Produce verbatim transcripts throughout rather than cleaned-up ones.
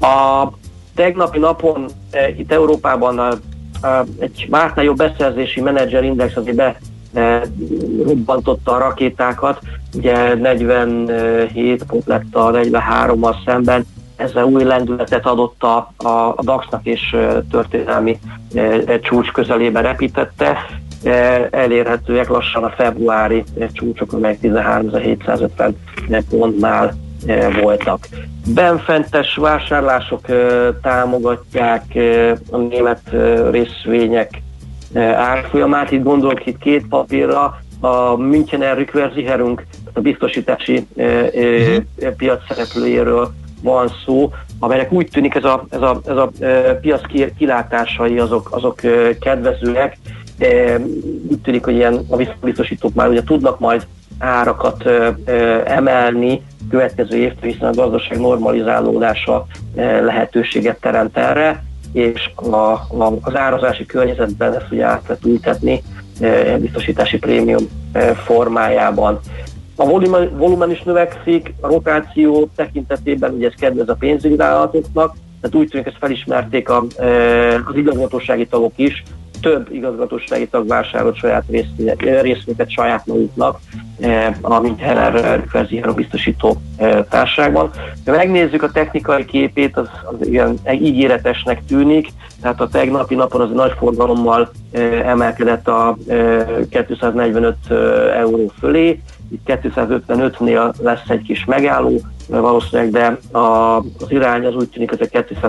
A tegnapi napon e, itt Európában a, a, egy más nagyobb beszerzési menedzserindex azért be e, robbantotta a rakétákat, ugye negyvenhét pont lett a negyvenhárommal szemben, ezzel új lendületet adott a, a, a dé á xnak és e, történelmi e, csúcs közelébe repítette. E, elérhetőek lassan a februári e, csúcsok, amelyek tizenháromezer-hétszázötven pontnál e, voltak. Benfentes vásárlások e, támogatják e, a német e, részvények e, árfolyamát. Itt gondolok itt két papírra, a Münchener Rückversicherung, a biztosítási e, e, piac szereplőjéről van szó, amelynek úgy tűnik ez a, ez a, ez a e, piac kilátásai azok, azok e, kedvezőek. E, úgy tűnik, hogy ilyen a biztosítók már ugye tudnak majd árakat e, e, emelni következő évtől, hiszen a gazdaság normalizálódása e, lehetőséget teremt erre, és a, a, az árazási környezetben ezt ugye át lehet ültetni e, biztosítási prémium e, formájában. A volumen, volumen is növekszik, a rotáció tekintetében ugye ez kedvez a pénzügyi vállalatoknak, tehát úgy tűnik, ezt felismerték a, az igazgatósági tagok is, több igazgatósági tag vásárolt saját részvényeket saját maguknak a Münchener Rückversicherung biztosító társaságban. Ha megnézzük a technikai képét, az, az ilyen ígéretesnek tűnik, tehát a tegnapi napon az nagy forgalommal emelkedett a kétszáznegyvenöt euró fölé, itt kétszázötvenötnél lesz egy kis megálló valószínűleg, de a, az irány az úgy tűnik, hogy a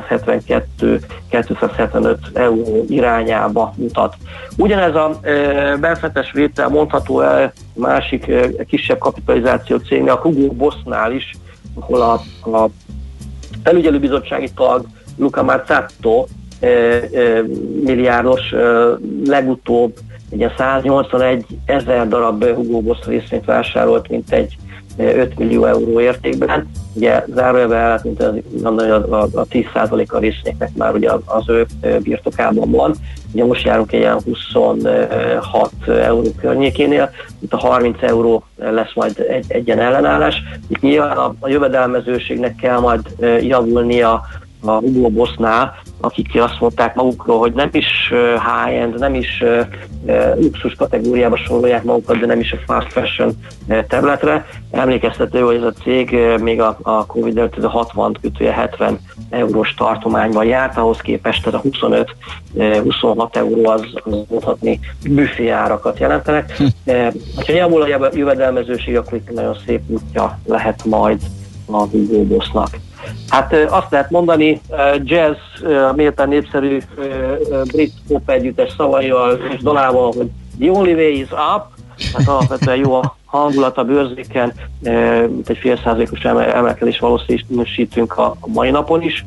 kétszázhetvenkettő-kétszázhetvenöt euró irányába mutat. Ugyanez a e, benfentes vétel mondható el másik e, kisebb kapitalizáció cégnél, a Hugo Bossnál is, ahol a, a felügyelőbizottsági tag Luca Marzatto e, e, milliárdos e, legutóbb egy száznyolcvanegy ezer darab Hugo Boss részvényt vásárolt, mint egy öt millió euró értékben. Ugye zárójelben lehet, mint az, mondani, a, a, a tíz százalék a részvényeknek már ugye az ő birtokában van. Ugye most járunk egy ilyen huszonhat euró környékénél, itt a harminc euró lesz majd egy, egyen ellenállás. Itt nyilván a, a jövedelmezőségnek kell majd javulnia a Hugo Bossnál, akik azt mondták magukról, hogy nem is high-end, nem is luxus kategóriába sorolják magukat, de nem is a fast fashion területre. Emlékeztető, hogy ez a cég még a, a Covid előtt a hatvan hetven eurós tartományban járt, ahhoz képest ez a huszonöt-huszonhat euró az, az mondhatni büfé árakat jelentenek. Ha javul a jövedelmezőség, akkor itt nagyon szép útja lehet majd a Hugo Bossnak. Hát azt lehet mondani, jazz, méltán népszerű brit pop együttes szavaival és dalával, hogy the only way is up, hát alapvetően jó a hangulat a bőrzéken, mint egy fél százalékos emelkedés valószínűsítünk a mai napon is,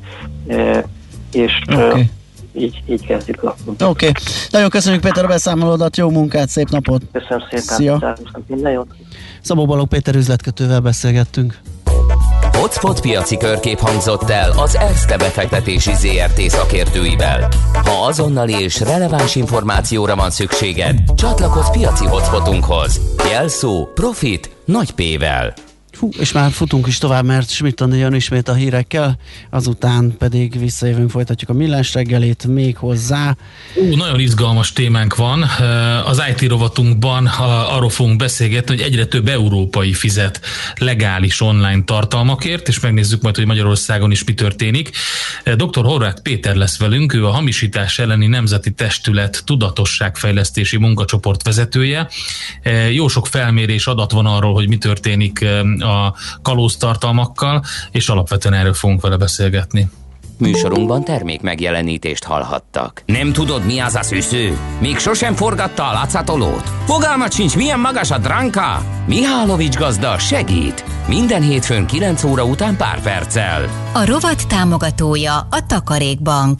és okay. így, így kezdjük a... Oké, okay. Nagyon köszönjük Péter a beszámolódat, jó munkát, szép napot! Köszönöm szépen! Szia! Minden jót! Szabó Balogh Péter üzletkötővel beszélgettünk. Hotspot piaci körkép hangzott el az Erste befektetési zé er té szakértőivel. Ha azonnali és releváns információra van szükséged, csatlakozz piaci hotspotunkhoz. Jelszó Profit nagy P-vel. Hú, és már futunk is tovább, mert Schmidt-Andi jön ismét a hírekkel, azután pedig visszajövünk, folytatjuk a millás reggelét még hozzá. Ú, nagyon izgalmas témánk van. Az i té rovatunkban arról fogunk beszélgetni, hogy egyre több európai fizet legális online tartalmakért, és megnézzük majd, hogy Magyarországon is mi történik. doktor Horváth Péter lesz velünk, ő a hamisítás elleni nemzeti testület tudatosságfejlesztési munkacsoport vezetője. Jó sok felmérés adat van arról, hogy mi történik a kalóztartalmakkal, és alapvetően erről fogunk vele beszélgetni. Műsorunkban termék megjelenítést hallhattak. Nem tudod, mi az a szűző? Még sosem forgatta a látszatolót? Fogalmat sincs, milyen magas a dránka? Mihálovics gazda segít! Minden hétfőn kilenc óra után pár perccel. A rovat támogatója a Takarékbank.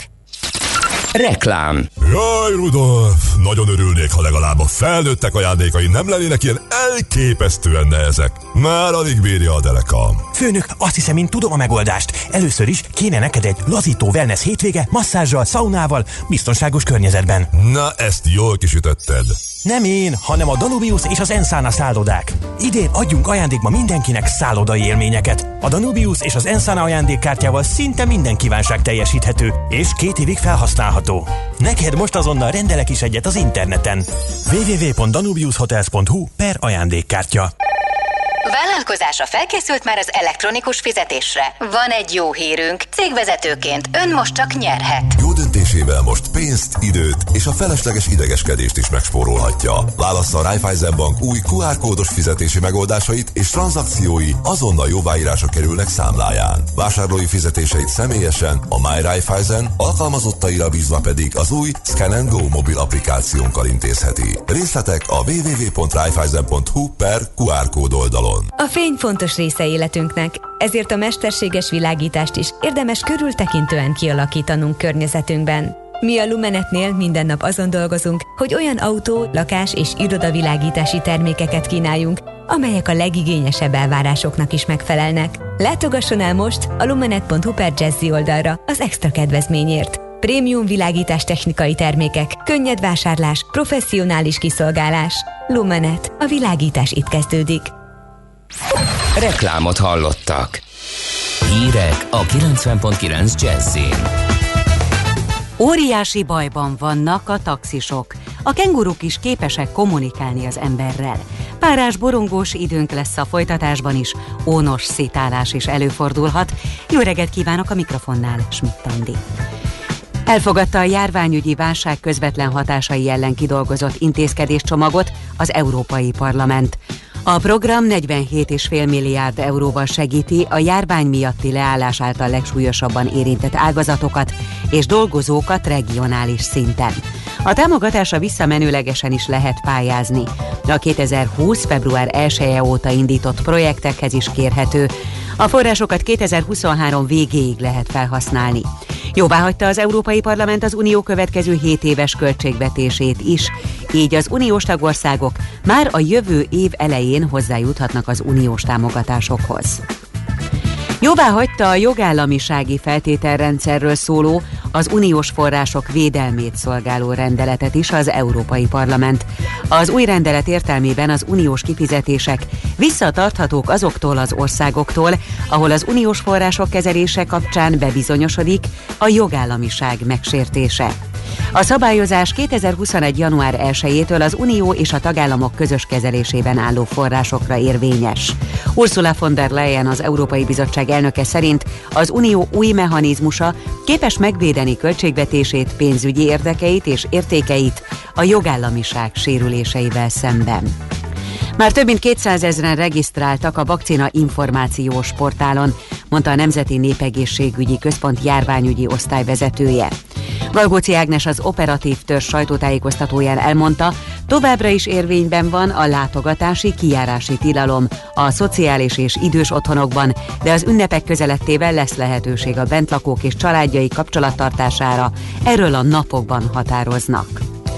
Reklám. Jaj, Rudolf! Nagyon örülnék, ha legalább a felnőttek ajándékai nem lennének ilyen elképesztően nehezek. Már alig bírja a deleka. Főnök, azt hiszem, én tudom a megoldást. Először is kéne neked egy lazító wellness hétvége, masszázsal, szaunával, biztonságos környezetben. Na, ezt jól kisütötted. Nem én, hanem a Danubius és az Ensana szállodák. Idén adjunk ajándékba mindenkinek szállodai élményeket. A Danubius és az Ensana ajándékkártyával szinte minden kívánság teljesíthető, és két évig felhasználható. Neked most azonnal rendelek is egyet az interneten. double-u double-u double-u pont danubius hotels pont hu per ajándékkártya. Vállalkozása felkészült már az elektronikus fizetésre? Van egy jó hírünk. Cégvezetőként ön most csak nyerhet. Jó döntésével most pénzt, időt és a felesleges idegeskedést is megspórolhatja. Válassza a Raiffeisen Bank új kú ár kódos fizetési megoldásait, és tranzakciói azonnal jóváírásra kerülnek számláján. Vásárlói fizetéseit személyesen a My Raiffeisen, alkalmazottaira bízva pedig az új Scan and Go mobil applikációnkkal intézheti. Részletek a double-u double-u double-u pont raiffeisen pont hu per kú ár kód oldalon. A fény fontos része életünknek, ezért a mesterséges világítást is érdemes körültekintően kialakítanunk környezetünkben. Mi a Lumenetnél minden nap azon dolgozunk, hogy olyan autó, lakás és irodavilágítási termékeket kínáljunk, amelyek a legigényesebb elvárásoknak is megfelelnek. Látogasson el most a lumenet pont hu per jazzy oldalra az extra kedvezményért. Prémium világítás technikai termékek, könnyed vásárlás, professzionális kiszolgálás. Lumenet. A világítás itt kezdődik. Reklámot hallottak. Hírek a kilencven pont kilenc Jazzyn. Óriási bajban vannak a taxisok. A kenguruk is képesek kommunikálni az emberrel. Párás, borongós időnk lesz a folytatásban is, ónos szitálás is előfordulhat. Jó reggelt kívánok, a mikrofonnál Schmidt Andi. Elfogadta a járványügyi válság közvetlen hatásai ellen kidolgozott intézkedéscsomagot az Európai Parlament. A program negyvenhét egész öt milliárd euróval segíti a járvány miatti leállás által legsúlyosabban érintett ágazatokat és dolgozókat regionális szinten. A támogatásra visszamenőlegesen is lehet pályázni. A kétezer-húsz. február elseje óta indított projektekhez is kérhető. A forrásokat kétezer-huszonhárom végéig lehet felhasználni. Jóváhagyta az Európai Parlament az Unió következő hét éves költségvetését is, így az uniós tagországok már a jövő év elején hozzájuthatnak az uniós támogatásokhoz. Jóváhagyta a jogállamisági feltételrendszerről szóló, az uniós források védelmét szolgáló rendeletet is az Európai Parlament. Az új rendelet értelmében az uniós kifizetések visszatarthatók azoktól az országoktól, ahol az uniós források kezelése kapcsán bebizonyosodik a jogállamiság megsértése. A szabályozás kétezer-huszonegy. január elsejétől az Unió és a tagállamok közös kezelésében álló forrásokra érvényes. Ursula von der Leyen, az Európai Bizottság elnöke szerint az Unió új mechanizmusa képes megvédeni költségvetését, pénzügyi érdekeit és értékeit a jogállamiság sérüléseivel szemben. Már több mint kétszázezren regisztráltak a vakcina információs portálon, mondta a Nemzeti Népegészségügyi Központ járványügyi osztályvezetője. Galgóci Ágnes, az operatív törzs sajtótájékoztatóján elmondta, továbbra is érvényben van a látogatási, kijárási tilalom a szociális és idős otthonokban, de az ünnepek közelettével lesz lehetőség a bentlakók és családjai kapcsolattartására, erről a napokban határoznak.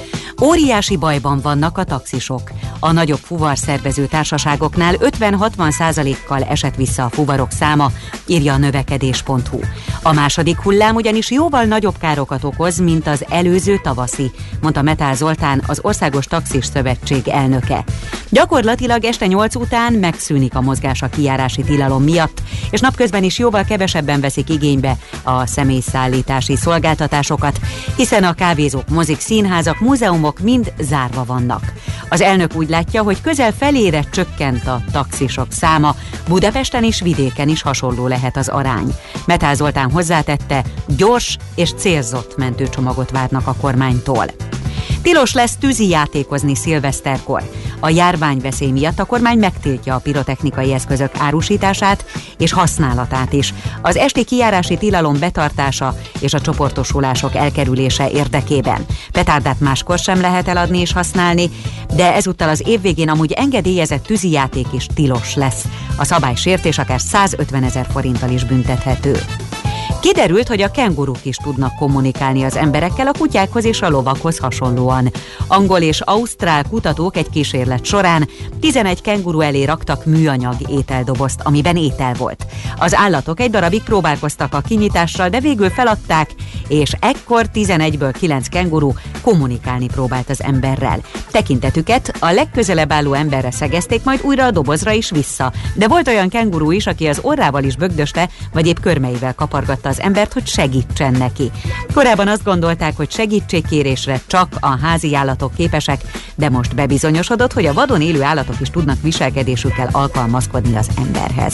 Óriási bajban vannak a taxisok. A nagyobb fuvarszervező társaságoknál ötven-hatvan százalékkal esett vissza a fuvarok száma, írja a növekedés pont hu. A második hullám ugyanis jóval nagyobb károkat okoz, mint az előző tavaszi, mondta Metál Zoltán, az Országos Taxis Szövetség elnöke. Gyakorlatilag este nyolc után megszűnik a mozgás a kijárási tilalom miatt, és napközben is jóval kevesebben veszik igénybe a személyszállítási szolgáltatásokat, hiszen a kávézók, mozik, színházak, múzeumok mind zárva vannak. Az elnök úgy látja, hogy közel felére csökkent a taxisok száma, Budapesten és vidéken is hasonló lehet az arány. Metál Zoltán hozzátette, gyors és célzott mentőcsomagot várnak a kormánytól. Tilos lesz tűzijátékozni szilveszterkor. A járványveszély miatt a kormány megtiltja a pirotechnikai eszközök árusítását és használatát is. Az esti kijárási tilalom betartása és a csoportosulások elkerülése érdekében. Petárdát máskor sem lehet eladni és használni, de ezúttal az év végén amúgy engedélyezett tűzijáték is tilos lesz. A szabálysértés akár százötvenezer forinttal is büntethető. Kiderült, hogy a kenguruk is tudnak kommunikálni az emberekkel, a kutyákhoz és a lovakhoz hasonlóan. Angol és ausztrál kutatók egy kísérlet során tizenegy kenguru elé raktak műanyag ételdobozt, amiben étel volt. Az állatok egy darabig próbálkoztak a kinyitással, de végül feladták, és ekkor tizenegyből kilenc kenguru kommunikálni próbált az emberrel. Tekintetüket a legközelebb álló emberre szegezték, majd újra a dobozra is vissza. De volt olyan kenguru is, aki az orrával is bögdöste, vagy épp körmeivel kapargatta az embert, hogy segítsen neki. Korábban azt gondolták, hogy segítségkérésre csak a házi állatok képesek, de most bebizonyosodott, hogy a vadon élő állatok is tudnak viselkedésükkel alkalmazkodni az emberhez.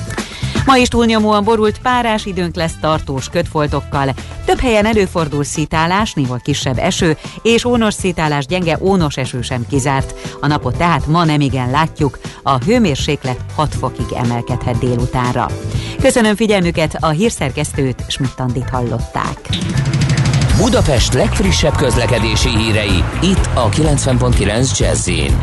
Ma is túlnyomóan borult párás időnk lesz tartós kötfoltokkal. Több helyen előfordul szitálás, néhol kisebb eső, és ónos szitálás, gyenge ónos eső sem kizárt. A napot tehát ma nemigen látjuk, a hőmérséklet hat fokig emelkedhet délutánra. Köszönöm figyelmüket, a hírszerkesztőt, Schmidt-Andit hallották. Budapest legfrissebb közlekedési hírei, itt a kilencven pont kilenc Jazz-in.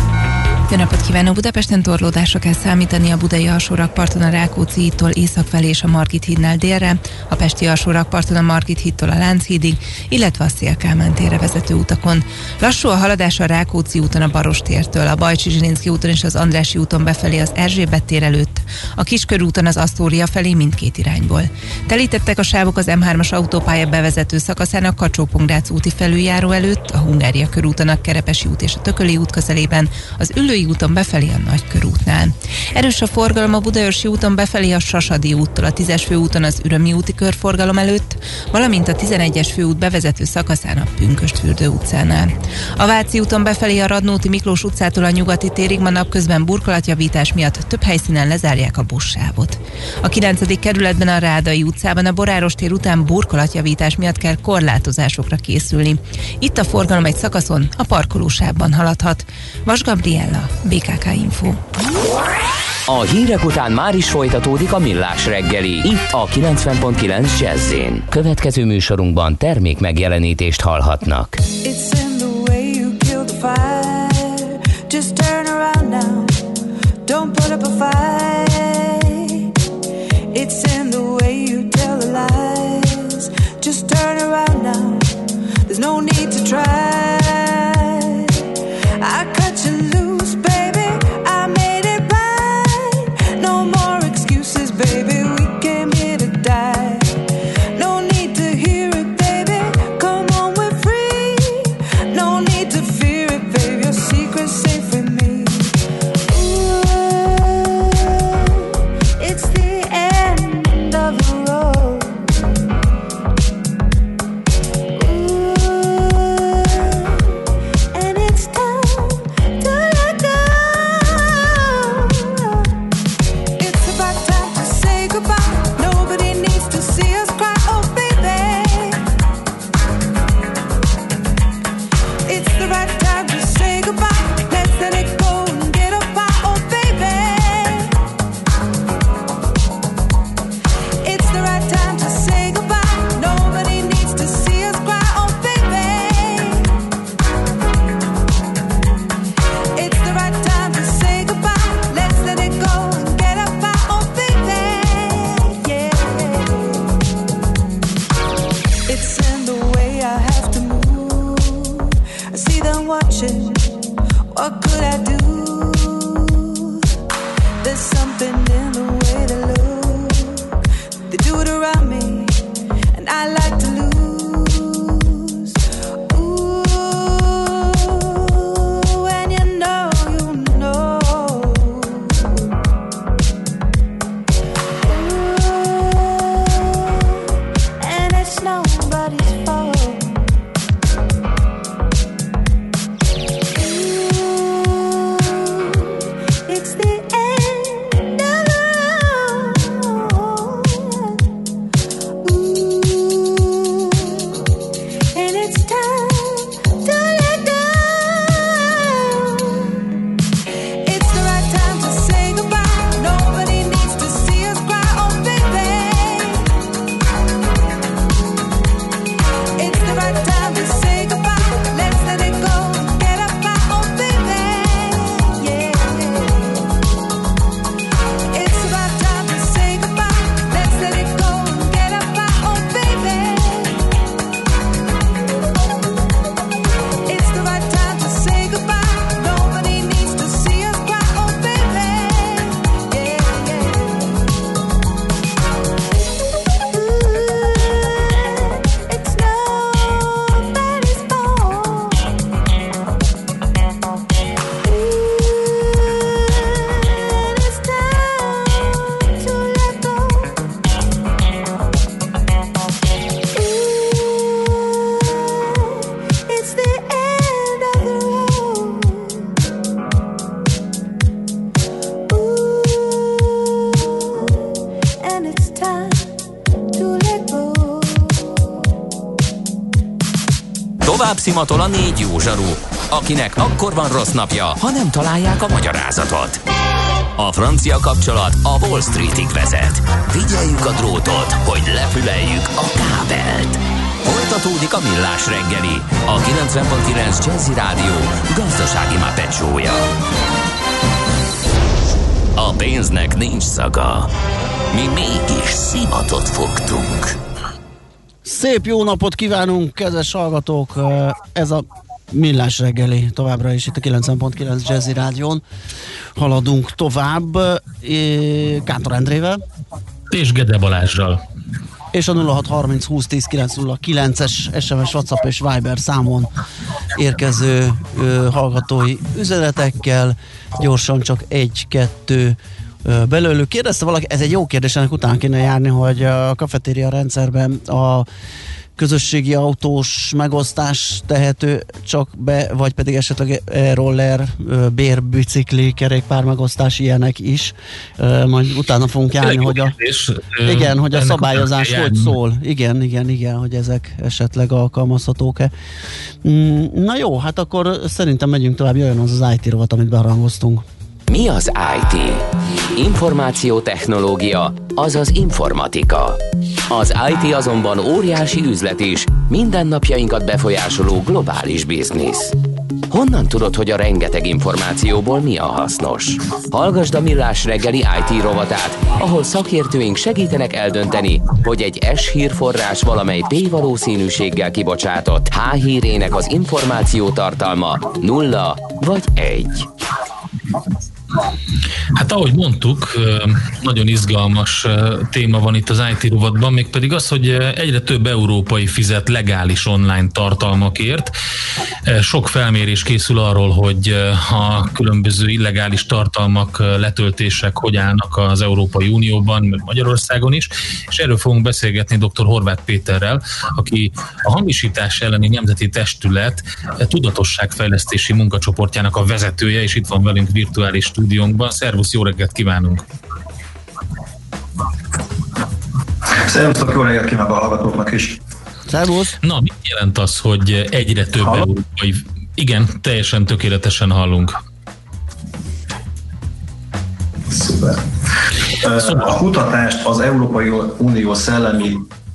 Jó napot kívánok! Budapesten torlódásra kell számítani a budai alsórakparton a Rákóczi hídtól észak felé és a Margit hídnál délre, a pesti alsórakparton a Margit hídtól a Lánchídig, illetve a Széll-Kálmán térre vezető utakon. Lassú a haladás a Rákóczi úton a Barostértől, a Bajcsy-Zsilinszky úton és az Andrássy úton befelé az Erzsébet tér előtt, a Kiskörúton az Asztória felé mindkét irányból. Telítettek a sávok az em hármas autópálya bevezető szakaszán a Kacsó-Pongrác úti felüljáró előtt, a Hungária körúton a Kerepesi út és a Tököli út közelében, az Üllői úton befelé a Nagykörútnál. Erős a forgalom a Budaörsi úton befelé a Sasadi úttól, a tízes főúton az Ürömi úti körforgalom előtt, valamint a tizenegyes főút bevezető szakaszán a Pünkösdfürdő utcánál. A Váci úton befelé a Radnóti Miklós utcától a Nyugati térig ma napközben burkolatjavítás miatt több helyszínen lezárják a buszsávot. A kilencedik kerületben a Rádai utcában a Boráros tér után burkolatjavítás miatt kell korlátozásokra készülni. Itt a forgalom egy szakaszon a parkolósávban haladhat. Vas Gabriella, bé ká ká Info. A hírek után már is folytatódik a Millás reggeli, itt a kilencven pont kilenc Jazz-én. Következő műsorunkban termék megjelenítést hallhatnak. It's in the way you kill the fire. Just turn around now. Don't put up a fight. It's in the way you tell the lies. Just turn around now. There's no need to try. I cut you loose, baby. I made it right. No more excuses, baby. We came here to die. No need to hear it, baby. Come on, we're free. Tovább szimatol a négy jó zsaru, akinek akkor van rossz napja, ha nem találják a magyarázatot. A francia kapcsolat a Wall Streetig vezet. Figyeljük a drótot, hogy lefüleljük a kábelt. Folytatódik a Millás reggeli, a kilencven pont kilenc Jazzy Rádió gazdasági mápecsója. A pénznek nincs szaga. Mi mégis szimatot fogtunk. Szép jó napot kívánunk, kedves hallgatók! Ez a Millás reggeli továbbra is itt a kilencven pont kilenc Jazzy Rádión. Haladunk tovább Kántor Endrével és Gede Balázsral. És a nulla hat harminc húsz tíz kilenc nulla kilences es em es, WhatsApp és Viber számon érkező ö, hallgatói üzenetekkel. Gyorsan csak egy-kettő belőlük. Kérdezte valaki, ez egy jó kérdés, ennek után kéne járni, hogy a kafetéria rendszerben a közösségi autós megosztás tehető csak be, vagy pedig esetleg e-roller, bérbicikli, kerékpár megosztás, ilyenek is. Majd utána fogunk járni, hogy a, igen, hogy a szabályozás hogy szól. Igen, igen, igen, hogy ezek esetleg alkalmazhatók-e. Na jó, hát akkor szerintem megyünk tovább, jöjjön az az i té rovat, amit beharangoztunk. Mi az i té? Információtechnológia, azaz informatika. Az i té azonban óriási üzlet is, mindennapjainkat befolyásoló globális biznisz. Honnan tudod, hogy a rengeteg információból mi a hasznos? Hallgasd a Millás reggeli i té rovatát, ahol szakértőink segítenek eldönteni, hogy egy S-hírforrás valamely P-valószínűséggel kibocsátott H-hírének az információ tartalma nulla vagy egy. Hát ahogy mondtuk, nagyon izgalmas téma van itt az i té rovatban, mégpedig az, hogy egyre több európai fizet legális online tartalmakért. Sok felmérés készül arról, hogy a különböző illegális tartalmak, letöltések hogy állnak az Európai Unióban, meg Magyarországon is, és erről fogunk beszélgetni dr. Horváth Péterrel, aki a hamisítás elleni nemzeti testület tudatosságfejlesztési munkacsoportjának a vezetője, és itt van velünk virtuális stúdiónkban. Szervusz, jó reggelt kívánunk! Szervusztok, jó reggelt kívánok a hallgatóknak is! Szervusz! Na, mit jelent az, hogy egyre több Halló? európai... Igen, teljesen tökéletesen hallunk. Szuper. Szóval. A kutatást az Európai Unió szellemi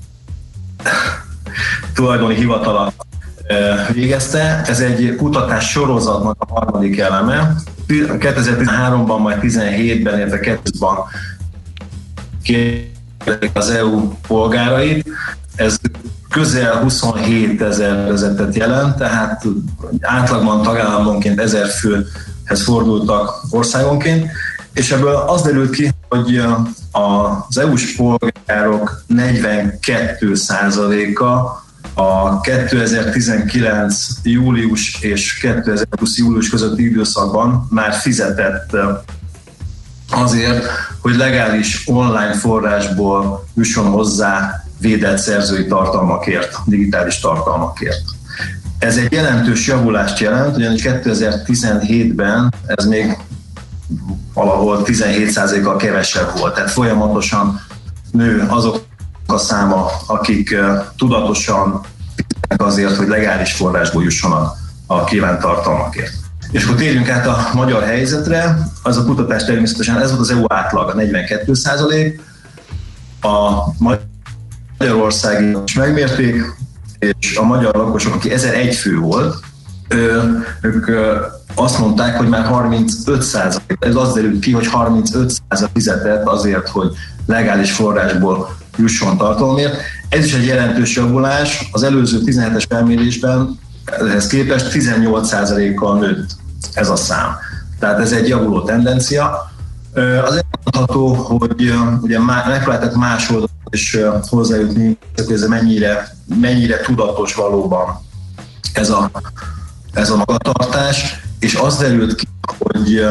tulajdoni hivatala végezte. Ez egy kutatás sorozatnak a harmadik eleme. kétezer-tizenháromban, majd tizenhétben, illetve kétezer-ban kérdezik az é u polgárait. Ez közel huszonhétezer vezetet jelent, tehát átlagban tagállamonként ezer főhez fordultak országonként, és ebből az derült ki, hogy az é u-s polgárok negyvenkét százaléka a kétezer-tizenkilenc július és kétezer-húsz július közötti időszakban már fizetett azért, hogy legális online forrásból jusson hozzá védett szerzői tartalmakért, digitális tartalmakért. Ez egy jelentős javulást jelent, ugyanis kétezer-tizenhétben ez még valahol tizenhét százalékkal kevesebb volt, tehát folyamatosan nő azok a száma, akik tudatosan fizetnek azért, hogy legális forrásból jussanak a kívánt tartalmakért. És akkor térjünk át a magyar helyzetre. Az a kutatás természetesen, ez volt az é u átlag, a negyvenkét százalék. A Magyarországi is megmérték, és a magyar lakosok, aki ezer-egy fő volt, ők azt mondták, hogy már harmincöt százalék, ez az derült ki, hogy harmincöt százalék fizetett azért, hogy legális forrásból jusson tartalomért. Ez is egy jelentős javulás. Az előző tizenhetes felmérésben ehhez képest tizennyolc százalékkal nőtt ez a szám. Tehát ez egy javuló tendencia. Az elmondható, hogy ugye megpróbáltak más oldalon is hozzájutni, hogy ez mennyire, mennyire tudatos valóban ez a, ez a magatartás, és az derült ki, hogy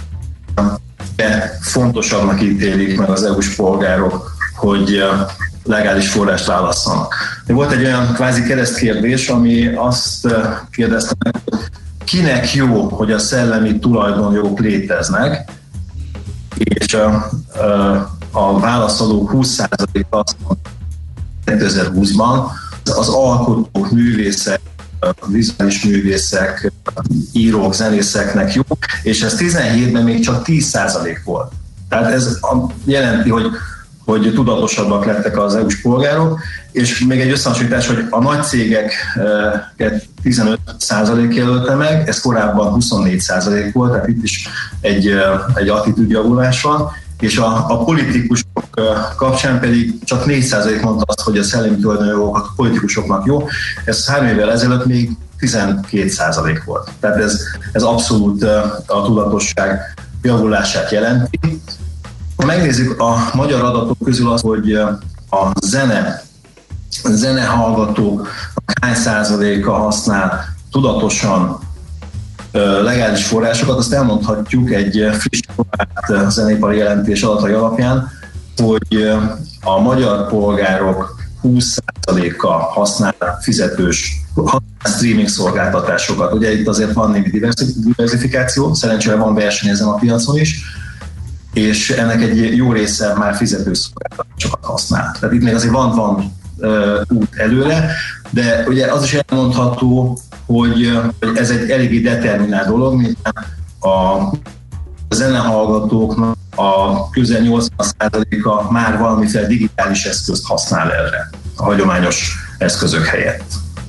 fontosabbnak ítélik meg az é u-s polgárok, hogy legális forrást válasszanak. Volt egy olyan kvázi keresztkérdés, ami azt kérdezte meg, hogy kinek jó, hogy a szellemi tulajdonjogok léteznek, és a, a, a válaszadók húsz százaléka azt mondta kétezer-húszban, az alkotók, művészek, vizuális művészek, írók, zenészeknek jó, és ez tizenhétben még csak tíz százalék volt. Tehát ez jelenti, hogy, hogy tudatosabbak lettek az é u-s polgárok, és még egy összehasonlítás, hogy a nagy cégeket tizenöt százalék jelölte meg, ez korábban huszonnégy százalék volt, tehát itt is egy, egy attitűdjavulás van, és a, a politikusok kapcsán pedig csak négy százalék mondta azt, hogy a szellemi tulajdonjogokat a politikusoknak jó, ez három évvel ezelőtt még tizenkét százalék volt. Tehát ez, ez abszolút a tudatosság javulását jelenti. Ha megnézzük a magyar adatok közül az, hogy a zene, a zenehallgatók hány százaléka használ tudatosan legális forrásokat, azt elmondhatjuk egy friss zeneipari jelentés adatai alapján, hogy a magyar polgárok húsz százaléka használ fizetős használ streaming szolgáltatásokat. Ugye itt azért van némi diversifikáció, szerencsére van verseny ezen a piacon is, és ennek egy jó része már fizetős szolgáltatásokat használ. Tehát itt még azért van, van uh, út előre, de ugye az is elmondható, hogy, hogy ez egy eléggé determinált dolog, mint a zenehallgatóknak a közel nyolcvan százaléka már valamiféle digitális eszközt használ erre, a hagyományos eszközök helyett.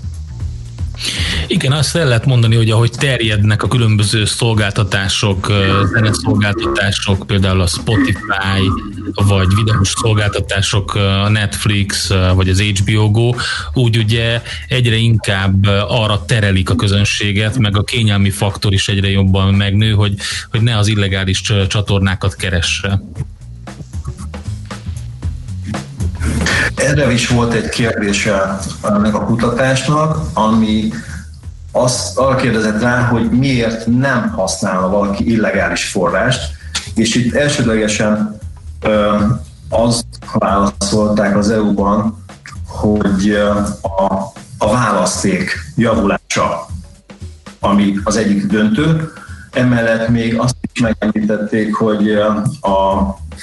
Igen, azt el lehet mondani, hogy ahogy terjednek a különböző szolgáltatások, zeneszolgáltatások, például a Spotify, vagy videós szolgáltatások, a Netflix, vagy az há bé o Go, úgy ugye egyre inkább arra terelik a közönséget, meg a kényelmi faktor is egyre jobban megnő, hogy, hogy ne az illegális csatornákat keresse. Erre is volt egy kérdése ennek a kutatásnak, ami azt arra kérdezett rá, hogy miért nem használna valaki illegális forrást, és itt elsődlegesen ö, azt válaszolták az é u-ban, hogy a, a választék javulása, ami az egyik döntő. Emellett még azt is megemlítették, hogy a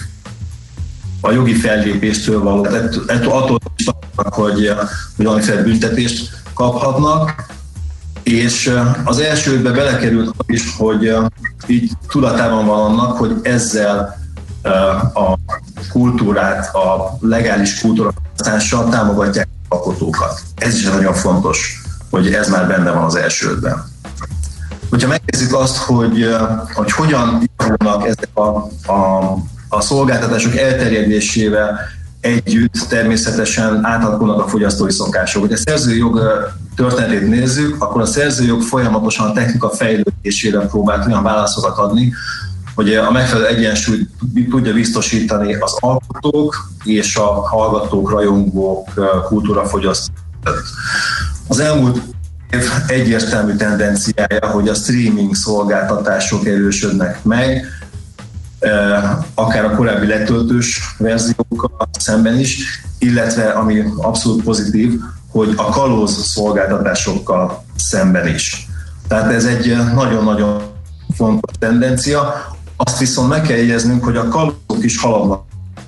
a jogi fellépéstől való, ettől, attól is tartanak, hogy, hogy valamiféle büntetést kaphatnak, és az első ötbe belekerült is, hogy így tudatában van annak, hogy ezzel a kultúrát, a legális kultúrahasználással támogatják a alkotókat. Ez is nagyon fontos, hogy ez már benne van az első ötben. Hogyha megnézzük azt, hogy, hogy hogyan javulnak ezek a, a a szolgáltatások elterjedésével együtt természetesen átalakulnak a fogyasztói szokások. Hogyha a szerzőjog történetét nézzük, akkor a szerzőjog folyamatosan a technika fejlődésére próbált olyan válaszokat adni, hogy a megfelelő egyensúlyt tudja biztosítani az alkotók és a hallgatók, rajongók, kultúrafogyasztók. Az elmúlt év egyértelmű tendenciája, hogy a streaming szolgáltatások erősödnek meg, akár a korábbi letöltős verziókkal szemben is, illetve ami abszolút pozitív, hogy a kalóz szolgáltatásokkal szemben is. Tehát ez egy nagyon-nagyon fontos tendencia. Azt viszont meg kell jegyeznünk, hogy a kalózok is haladnak,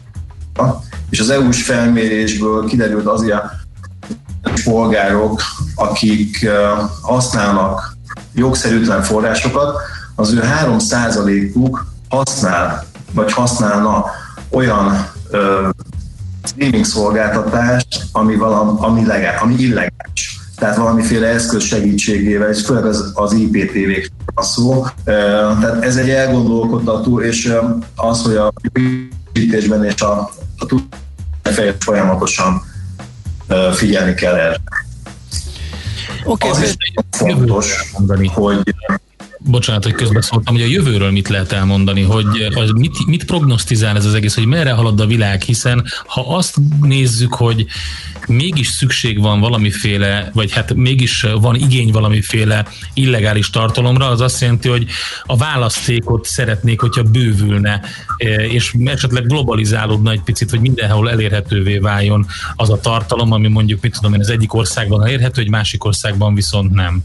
és az é u-s felmérésből kiderült azért a polgárok, akik használnak jogszerűtlen forrásokat, az ő három százalékuk használ, vagy használna olyan ö, streaming szolgáltatást, ami, valam, ami, legál, ami illegális. Tehát valamiféle eszköz segítségével, és főleg az, az i pé té vé van szó. Tehát ez egy elgondolkodtató, és az, hogy a építésben és a, a tudás folyamatosan figyelni kell erre. Okay, az is fontos, hogy bocsánat, hogy közbeszóltam, hogy a jövőről mit lehet elmondani, hogy az mit, mit prognosztizál ez az egész, hogy merre halad a világ, hiszen ha azt nézzük, hogy mégis szükség van valamiféle, vagy hát mégis van igény valamiféle illegális tartalomra, az azt jelenti, hogy a választékot szeretnék, hogyha bővülne, és esetleg globalizálódna egy picit, hogy mindenhol elérhetővé váljon az a tartalom, ami mondjuk, mit tudom én, az egyik országban elérhető, egy másik országban viszont nem.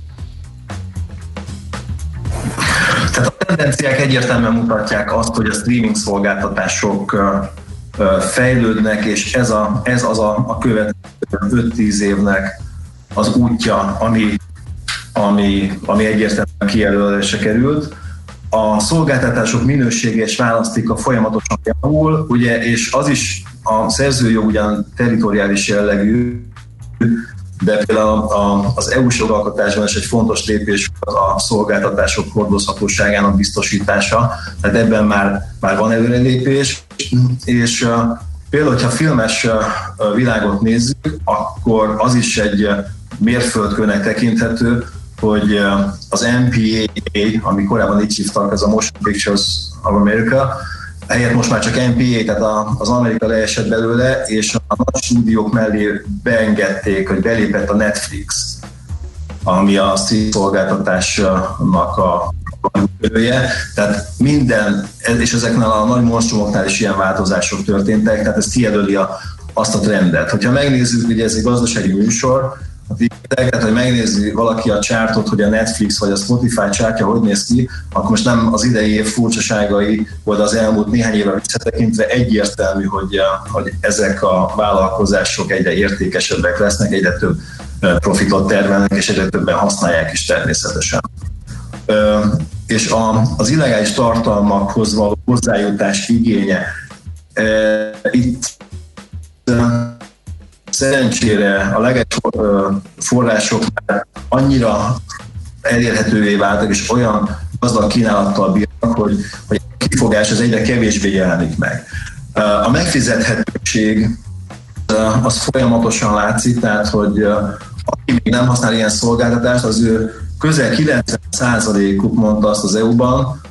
Tehát a tendenciák egyértelműen mutatják azt, hogy a streaming szolgáltatások fejlődnek, és ez, a, ez az a, a következő öt-tíz évnek az útja, ami, ami, ami egyértelműen kijelölésre került. A szolgáltatások minősége és választéka folyamatosan javul, ugye, és az is a szerzőjog ugyan territoriális jellegű, de például az é u-s jogalkotásban is egy fontos lépés a szolgáltatások hordozhatóságának biztosítása, tehát ebben már, már van előrelépés, és például, hogyha filmes világot nézzük, akkor az is egy mérföldkőnek tekinthető, hogy az em pé á, ami korábban így hívtak, ez a Motion Pictures of America, helyett most már csak em pé á, tehát az Amerika leesett belőle, és a nagy stúdiók mellé beengedték, hogy belépett a Netflix, ami a stream szolgáltatásnak a elője. Tehát minden, és ezeknél a nagy monstrumoknál is ilyen változások történtek, tehát ez kijelöli a, azt a trendet. Hogyha megnézzük, ugye ez egy gazdasági műsor, tehát, hogy megnézi valaki a csártot, hogy a Netflix vagy a Spotify csártja hogy néz ki, akkor most nem az idei év furcsaságai, vagy az elmúlt néhány évre visszatekintve egyértelmű, hogy, hogy ezek a vállalkozások egyre értékesebbek lesznek, egyre több profitot termelnek, és egyre többen használják is természetesen. És az illegális tartalmakhoz való hozzájutás igénye. Itt szerencsére a legális források már annyira elérhetővé váltak, és olyan gazdag kínálattal bírnak, hogy, hogy a kifogás az egyre kevésbé jelenik meg. A megfizethetőség az folyamatosan látszik, tehát hogy aki még nem használ ilyen szolgáltatást, az ő közel kilencven százalékuk mondta azt az é u-ban,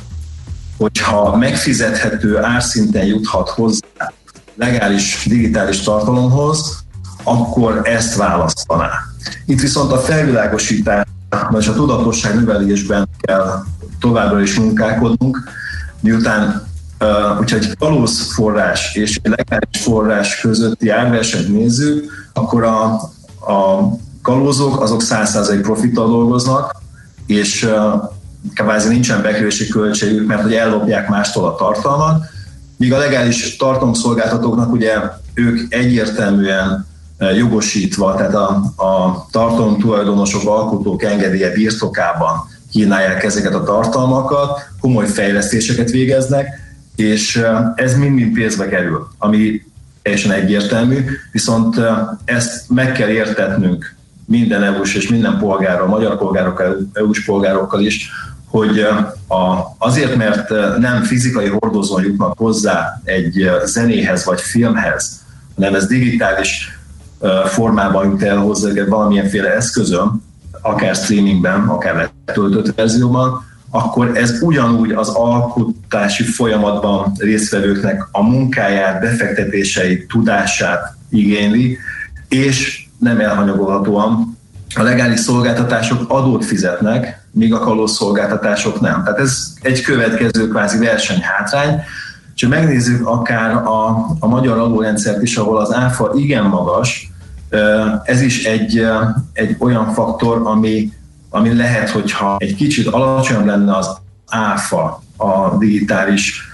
hogyha megfizethető árszinten juthat hozzá legális digitális tartalomhoz, akkor ezt választaná. Itt viszont a felvilágosítás, vagy a tudatosság növelésben kell továbbra is munkálkodnunk, miután uh, úgyhogy kalóz forrás és legális forrás közötti árversenyt nézzük, akkor a, a kalózok azok száz százalék profittal dolgoznak, és uh, kvázi nincsen bekerülési költségük, mert hogy ellopják mástól a tartalmat, míg a legális tartalomszolgáltatóknak ugye ők egyértelműen jogosítva, tehát a, a tartalomtulajdonosok, alkotók engedélye birtokában kínálják ezeket a tartalmakat, komoly fejlesztéseket végeznek, és ez mind-mind pénzbe kerül, ami teljesen egyértelmű, viszont ezt meg kell értetnünk minden é u-s és minden polgárral, magyar polgárokkal, é u-s polgárokkal is, hogy a, azért, mert nem fizikai hordozón jutnak hozzá egy zenéhez vagy filmhez, hanem ez digitális formában jut el hozzá valamilyenféle eszközön, akár streamingben, akár letöltött verzióban, akkor ez ugyanúgy az alkotási folyamatban résztvevőknek a munkáját, befektetéseit, tudását igényli, és nem elhanyagolhatóan a legális szolgáltatások adót fizetnek, míg a kalóz szolgáltatások nem. Tehát ez egy következő kvázi versenyhátrány. És ha megnézzük akár a, a magyar adórendszert is, ahol az áfa igen magas, ez is egy, egy olyan faktor, ami, ami lehet, hogyha egy kicsit alacsonyabb lenne az áfa a digitális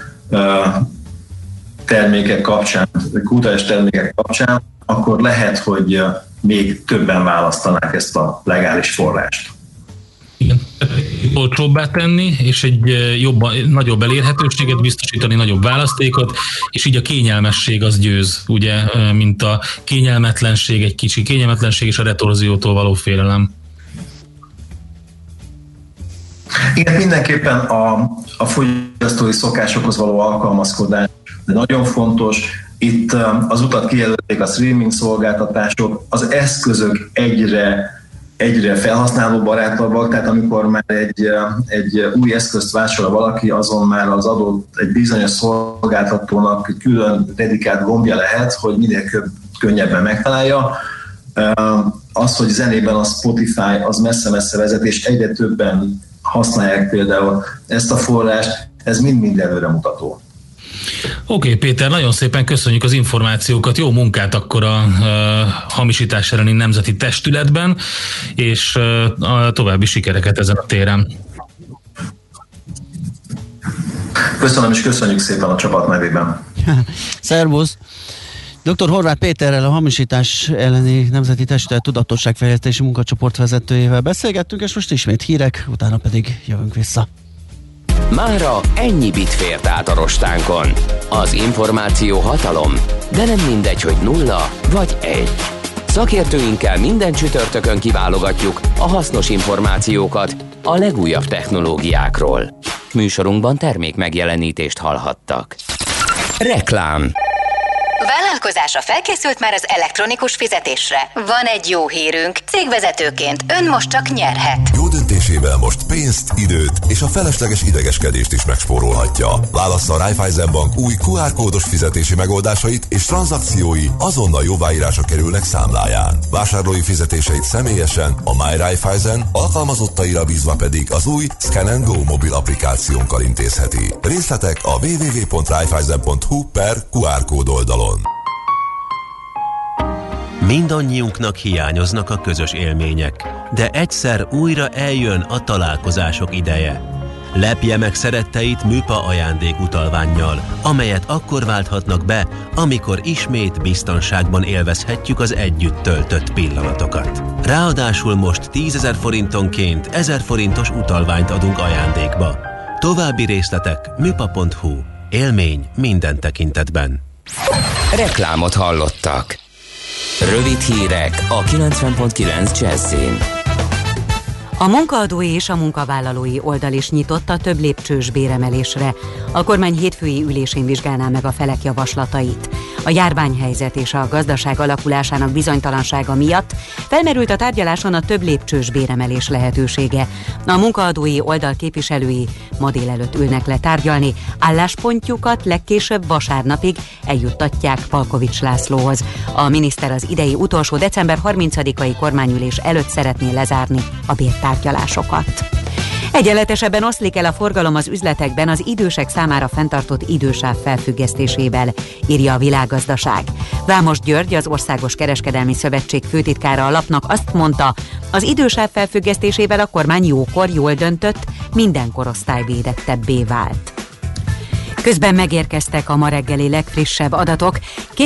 termékek kapcsán, kulturális termékek kapcsán, akkor lehet, hogy még többen választanák ezt a legális forrást. Igen. Olcsóbbá tenni, és egy jobban, nagyobb elérhetőséget biztosítani, nagyobb választékot, és így a kényelmesség az győz, ugye, mint a kényelmetlenség, egy kicsi kényelmetlenség és a retorziótól való félelem. Igen, mindenképpen a, a fogyasztói szokásokhoz való alkalmazkodás, de nagyon fontos. Itt az utat kijelölték a streaming szolgáltatások, az eszközök egyre egyre felhasználóbarátabbak, tehát amikor már egy, egy új eszközt vásárol valaki, azon már az adott egy bizonyos szolgáltatónak külön dedikált gombja lehet, hogy minél könnyebben megtalálja. Az, hogy zenében a Spotify az messze-messze vezet, és egyre többen használják például ezt a forrást, ez mind-mind előremutató. Oké, okay, Péter, nagyon szépen köszönjük az információkat, jó munkát akkor a, a hamisítás elleni nemzeti testületben, és a további sikereket ezen a téren. Köszönöm, és köszönjük szépen a csapat nevében. Szervusz! doktor Horváth Péterrel, a hamisítás elleni Nemzeti Testület tudatosságfejlesztési munkacsoport vezetőjével beszélgettünk, és most ismét hírek, utána pedig jövünk vissza. Mára ennyi bit fért át a rostánkon. Az információ hatalom, de nem mindegy, hogy nulla vagy egy. Szakértőinkkel minden csütörtökön kiválogatjuk a hasznos információkat a legújabb technológiákról. Műsorunkban termék megjelenítést hallhattak. Reklám. Vállalkozása felkészült már az elektronikus fizetésre? Van egy jó hírünk. Cégvezetőként ön most csak nyerhet. Jó döntésével most pénzt, időt és a felesleges idegeskedést is megspórolhatja. Válassza a Raiffeisen Bank új kú ár kódos fizetési megoldásait, és tranzakciói azonnal jóváírásra kerülnek számláján. Vásárlói fizetéseit személyesen a My Raiffeisen, alkalmazottaira bízva pedig az új Scan and Go mobil applikációnkkal intézheti. Részletek a double-u double-u double-u pont raiffeisen pont hu per kú ár kód oldalon. Mindannyiunknak hiányoznak a közös élmények, de egyszer újra eljön a találkozások ideje. Lepje meg szeretteit műpa ajándékutalvánnyal, amelyet akkor válthatnak be, amikor ismét biztonságban élvezhetjük az együtt töltött pillanatokat. Ráadásul most tízezer forintonként ezer forintos utalványt adunk ajándékba. További részletek műpa pont hu. Élmény minden tekintetben. Reklámot hallottak. Rövid hírek a kilencven pont kilenc Jazzin. A munkaadói és a munkavállalói oldal is nyitott a több lépcsős béremelésre. A kormány hétfői ülésén vizsgálná meg a felek javaslatait. A járványhelyzet és a gazdaság alakulásának bizonytalansága miatt felmerült a tárgyaláson a több lépcsős béremelés lehetősége. A munkaadói oldal képviselői ma délelőtt ülnek le tárgyalni, álláspontjukat legkésőbb vasárnapig eljuttatják Palkovics Lászlóhoz. A miniszter az idei utolsó december harmincadikai kormányülés előtt szeretné lezárni a bértárgyalásokat. Egyenletesebben oszlik el a forgalom az üzletekben az idősek számára fenntartott idősáv felfüggesztésével, írja a Világgazdaság. Vámos György, az Országos Kereskedelmi Szövetség főtitkára a lapnak azt mondta, az idősáv felfüggesztésével a kormány jókor jól döntött, minden korosztály védettebbé vált. Közben megérkeztek a ma reggeli legfrissebb adatok.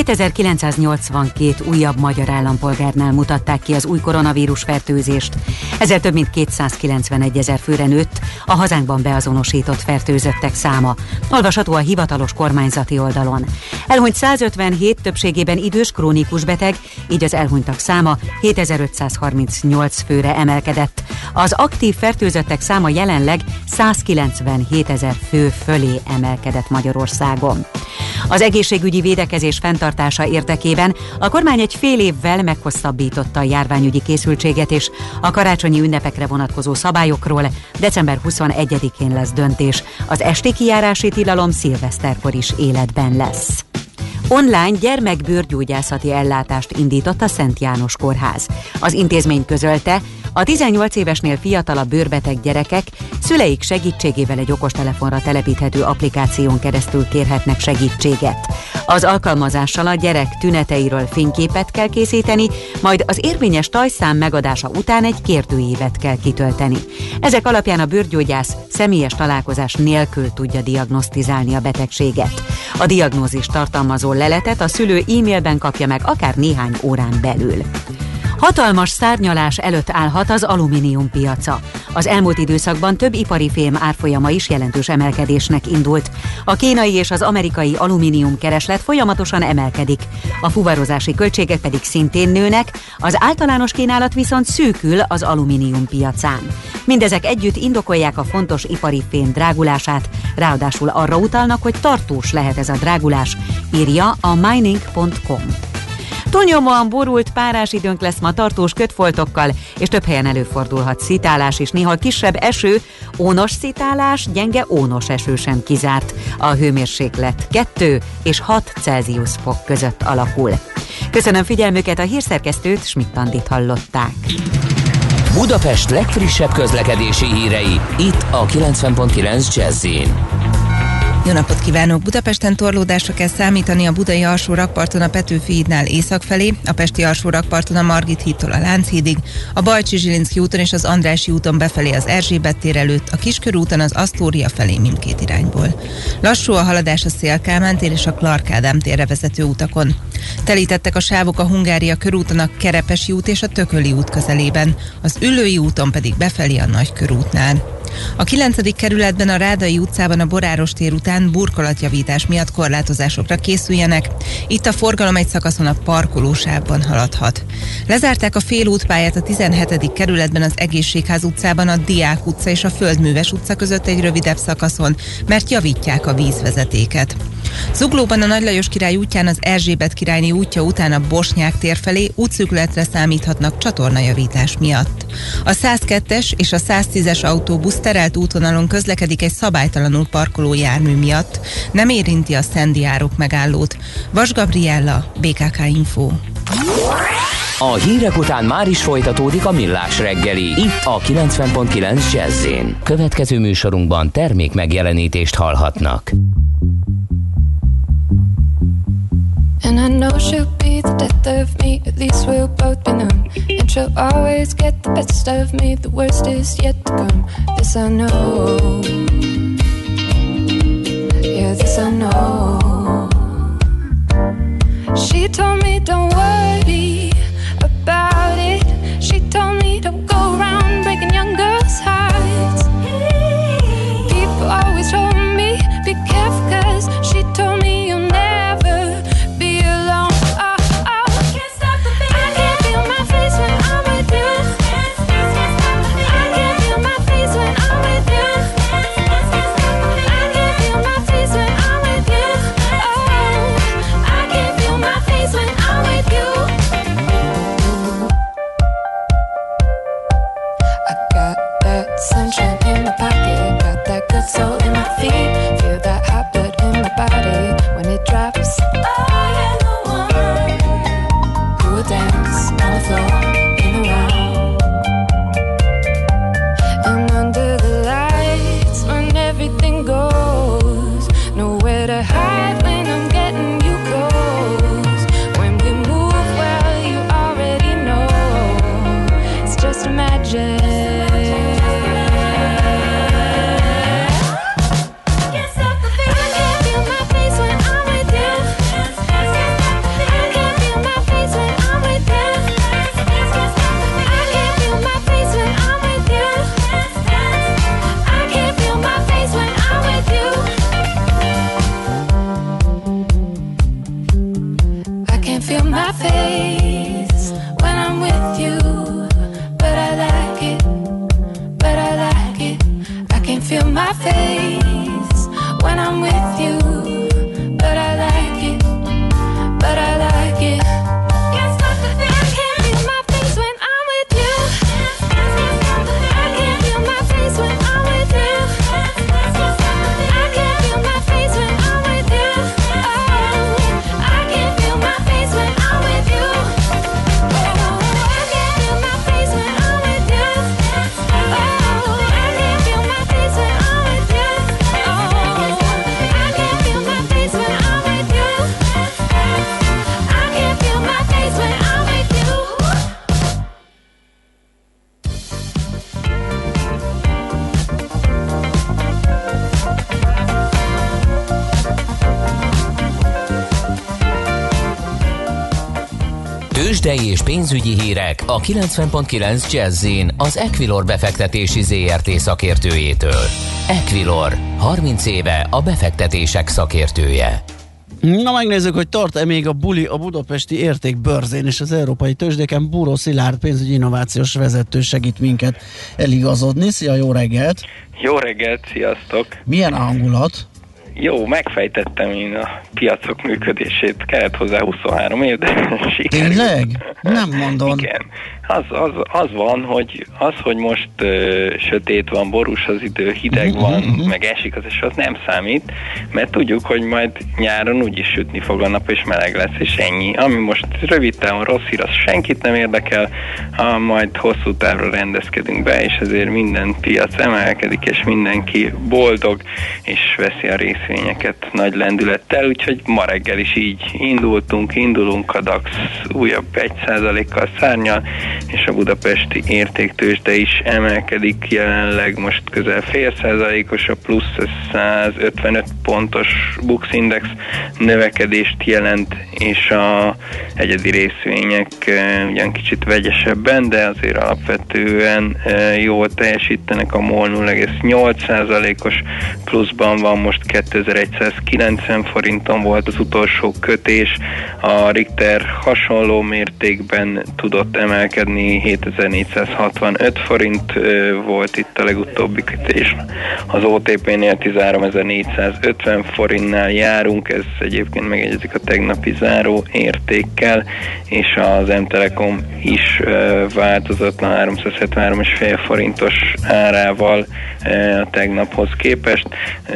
kétezer-kilencszáznyolcvankét újabb magyar állampolgárnál mutatták ki az új koronavírus fertőzést. Ezzel több mint kétszázkilencvenegy ezer főre nőtt a hazánkban beazonosított fertőzöttek száma. Olvasható a hivatalos kormányzati oldalon. Elhunyt százötvenhét, többségében idős krónikus beteg, így az elhunytak száma hétezer-ötszázharmincnyolc főre emelkedett. Az aktív fertőzöttek száma jelenleg százkilencvenhét ezer fő fölé emelkedett Magyarországon. Az egészségügyi védekezés fenntartása érdekében a kormány egy fél évvel meghosszabbította a járványügyi készültséget, és a karácsonyi ünnepekre vonatkozó szabályokról december huszonegyedikén lesz döntés. Az esti kijárási tilalom szilveszterkor is életben lesz. Online gyermekbőrgyógyászati ellátást indított a Szent János Kórház. Az intézmény közölte, a tizennyolc évesnél fiatalabb bőrbeteg gyerekek szüleik segítségével egy okostelefonra telepíthető applikáción keresztül kérhetnek segítséget. Az alkalmazással a gyerek tüneteiről fényképet kell készíteni, majd az érvényes tajszám megadása után egy kérdőívet kell kitölteni. Ezek alapján a bőrgyógyász személyes találkozás nélkül tudja diagnosztizálni a betegséget. A diagnózis tartalmazó leletet a szülő e-mailben kapja meg akár néhány órán belül. Hatalmas szárnyalás előtt állhat az alumínium piaca. Az elmúlt időszakban több ipari fém árfolyama is jelentős emelkedésnek indult. A kínai és az amerikai alumínium kereslet folyamatosan emelkedik. A fuvarozási költségek pedig szintén nőnek, az általános kínálat viszont szűkül az alumínium piacán. Mindezek együtt indokolják a fontos ipari fém drágulását, ráadásul arra utalnak, hogy tartós lehet ez a drágulás, írja a mining pont com. Túlnyomóan borult párás időnk lesz ma tartós kötfoltokkal, és több helyen előfordulhat szitálás is, néha kisebb eső, ónos szitálás, gyenge ónos eső sem kizárt. A hőmérséklet kettő és hat Celsius fok között alakul. Köszönöm figyelmüket, a hírszerkesztőt, Schmidt-Andit hallották. Budapest legfrissebb közlekedési hírei, itt a kilencven pont kilenc Jazz-in. Jó napot kívánok! Budapesten torlódásra kell számítani a budai alsó rakparton a Petőfi hídnál észak felé, a pesti alsó rakparton a Margit hídtól a Lánchídig, a Bajcsy-Zsilinszky úton és az Andrássy úton befelé az Erzsébet tér előtt, a Kiskörúton az Asztória felé mindkét irányból. Lassú a haladás a Széll-Kálmán tér és a Clark Ádám térre vezető utakon. Telítettek a sávok a Hungária körúton, a Kerepesi út és a Tököli út közelében, az Üllői úton pedig befelé a Nagykörútnál. A kilencedik kerületben a Rádai utcában a Boráros tér után burkolatjavítás miatt korlátozásokra készüljenek. Itt a forgalom egy szakaszon a parkolósávban haladhat. Lezárták a félútpályát a tizenhetedik kerületben az Egészségház utcában a Diák utca és a Földműves utca között egy rövidebb szakaszon, mert javítják a vízvezetéket. Zuglóban a Nagy Lajos Király útján az Erzsébet királyné útja után a Bosnyák tér felé útszűkületre számíthatnak csatornajavítás miatt. A százkettes és a száztízes autóbusz terelt útvonalon közlekedik egy szabálytalanul parkoló jármű miatt. Nem érinti a Szendiárok megállót. Vas Gabriella, bé ká ká Info. A hírek után már is folytatódik a Millás reggeli, itt a kilencven pont kilenc Jazz-én. Következő műsorunkban termék megjelenítést hallhatnak. And I know she'll be the death of me, at least we'll both be numb. And she'll always get the best of me, the worst is yet to come. This I know, yeah, this I know. She told me don't worry about it. She told me don't go around breaking young girls' hearts. People always told me be careful, cause she told me you'll never be alone. Oh, oh, I can't stop the feeling. I can't feel my face when I'm with you. I can't feel my face when I'm with you. I can't feel my face when I'm with you. Oh, I can't feel my face when I'm with you. I got that sunshine in my pocket, got that good soul in my feet, feel that hot blood in my body when it drops. I am the one who will dance on the floor in the round. And under the lights when everything goes, nowhere to hide when I'm getting you close. When we move, well, you already know it's just magic. Feel my face when I'm with you, but I like it, but I like it. I can't feel my face when I'm with you, but I like it, but I like it. Can't stop the feeling. I can't feel my face when I'm with you. I can't feel my face when I'm with you. I can't feel my face when I'm with you. Oh, I can't feel my face when I'm with you. Oh, I can't feel my face when I'm with you. Oh, I can't feel my face when I'm with you. Oh, I can't feel my face when I'm with you. I can't feel my face when I'm with you. Tőzsdei és pénzügyi hírek a kilencven pont kilenc Jazz-in az Equilor befektetési zé er té szakértőjétől. Equilor, harminc éve a befektetések szakértője. Na, megnézzük, hogy tart-e még a buli a budapesti értékbörzén és az európai tőzsdéken. Búró Szilárd pénzügyi innovációs vezető segít minket eligazodni. Szia, jó reggelt! Jó reggelt, sziasztok! Milyen a hangulat? Jó, megfejtettem én a piacok működését, kellett hozzá huszonhárom év, de sikerült. Tényleg? Nem mondom. Igen. Az, az, az van, hogy az, hogy most ö, sötét van, borús az idő, hideg uh-huh, van, uh-huh. meg esik az, és az nem számít, mert tudjuk, hogy majd nyáron úgyis sütni fog a nap, és meleg lesz, és ennyi. Ami most rövid távon rossz hír, az senkit nem érdekel, ha majd hosszú távra rendezkedünk be, és ezért minden piac emelkedik, és mindenki boldog, és veszi a részét részvényeket nagy lendülettel, úgyhogy ma reggel is így indultunk, indulunk, a DAX újabb egy százalékkal szárnyal, és a budapesti értéktőzsde is emelkedik, jelenleg most közel fél százalékos a plusz, százötvenöt pontos Bux Index növekedést jelent, és a egyedi részvények ugyan kicsit vegyesebben, de azért alapvetően jól teljesítenek. A MOL nulla egész nyolc százalékos pluszban van, most kétezer-egyszázkilencven forinton volt az utolsó kötés, a Richter hasonló mértékben tudott emelkedni, hétezer-négyszázhatvanöt forint volt itt a legutóbbi kötés. Az o té pé-nél tizenháromezer-négyszázötven forintnál járunk, ez egyébként megegyezik a tegnapi záró értékkel, és az M-Telekom is változatlan háromszázhetvenhárom egész öt forintos árával a tegnaphoz képest.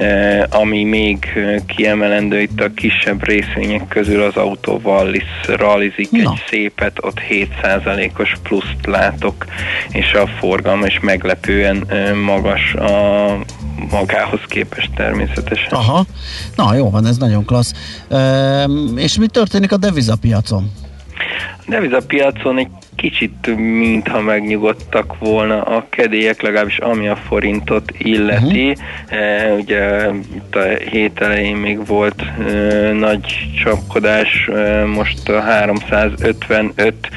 Ami még kiemelendő itt a kisebb részvények közül, az Autovallis rallizik egy szépet, ott hét százalékos pluszt látok, és a forgalma is meglepően magas a magához képest természetesen. Aha, na jó van, ez nagyon klassz. E, és mi történik a devizapiacon? A devizapiacon egy kicsit mintha megnyugodtak volna a kedélyek, legalábbis ami a forintot illeti. Uh-huh. E, ugye itt a hét elején még volt e, nagy csapkodás, e, most a háromszázötvenöt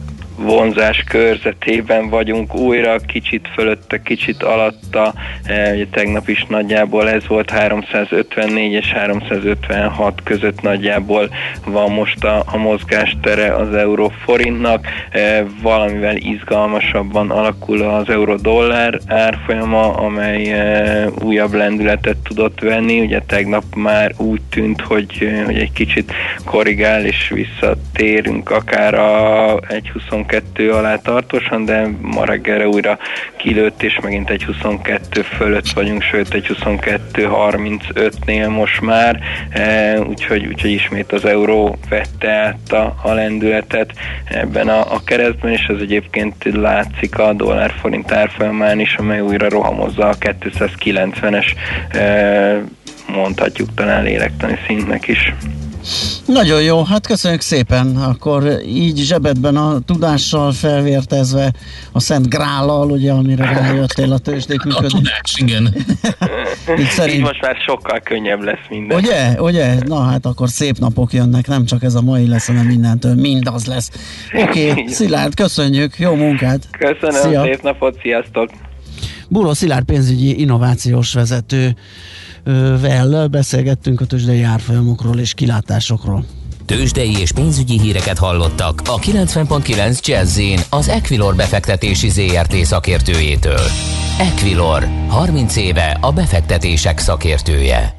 vonzás körzetében vagyunk újra, kicsit fölötte, kicsit alatta, e, ugye tegnap is nagyjából ez volt, háromszázötvennégy és háromszázötvenhat között nagyjából van most a, a mozgástere az euró-forintnak, e, valamivel izgalmasabban alakul az euró-dollár árfolyama, amely e, újabb lendületet tudott venni, ugye tegnap már úgy tűnt, hogy, hogy egy kicsit korrigál és visszatérünk akár a egy huszonkettő alá tartósan, de ma reggelre újra kilőtt, és megint egy huszonkettő fölött vagyunk, sőt egy huszonkettő harmincötnél most már, e, úgyhogy, úgyhogy ismét az euró vette át a, a lendületet ebben a, a keresztben, és ez egyébként látszik a dollár-forint árfolyamán is, amely újra rohamozza a kétszázkilencvenes, e, mondhatjuk talán lélektani szintnek is. Nagyon jó, hát köszönjük szépen, akkor így zsebedben a tudással felvértezve a Szent Grállal, ugye, amire rájöttél a tőzsdék működni. A tudás, igen. így, szerint... így most már sokkal könnyebb lesz minden. Ugye, ugye? Na hát akkor szép napok jönnek, nem csak ez a mai lesz, hanem mindentől mindaz lesz. Oké, okay, Szilárd, köszönjük, jó munkát! Köszönöm, Szia. Szép napot, sziasztok! Búró Szilárd pénzügyi innovációs vezető vel beszélgettünk a tőzsdei árfolyamokról és kilátásokról. Tőzsdei és pénzügyi híreket hallottak a kilencven pont kilenc Jazz-in az Equilor befektetési zé er té szakértőjétől. Equilor, harminc éve a befektetések szakértője.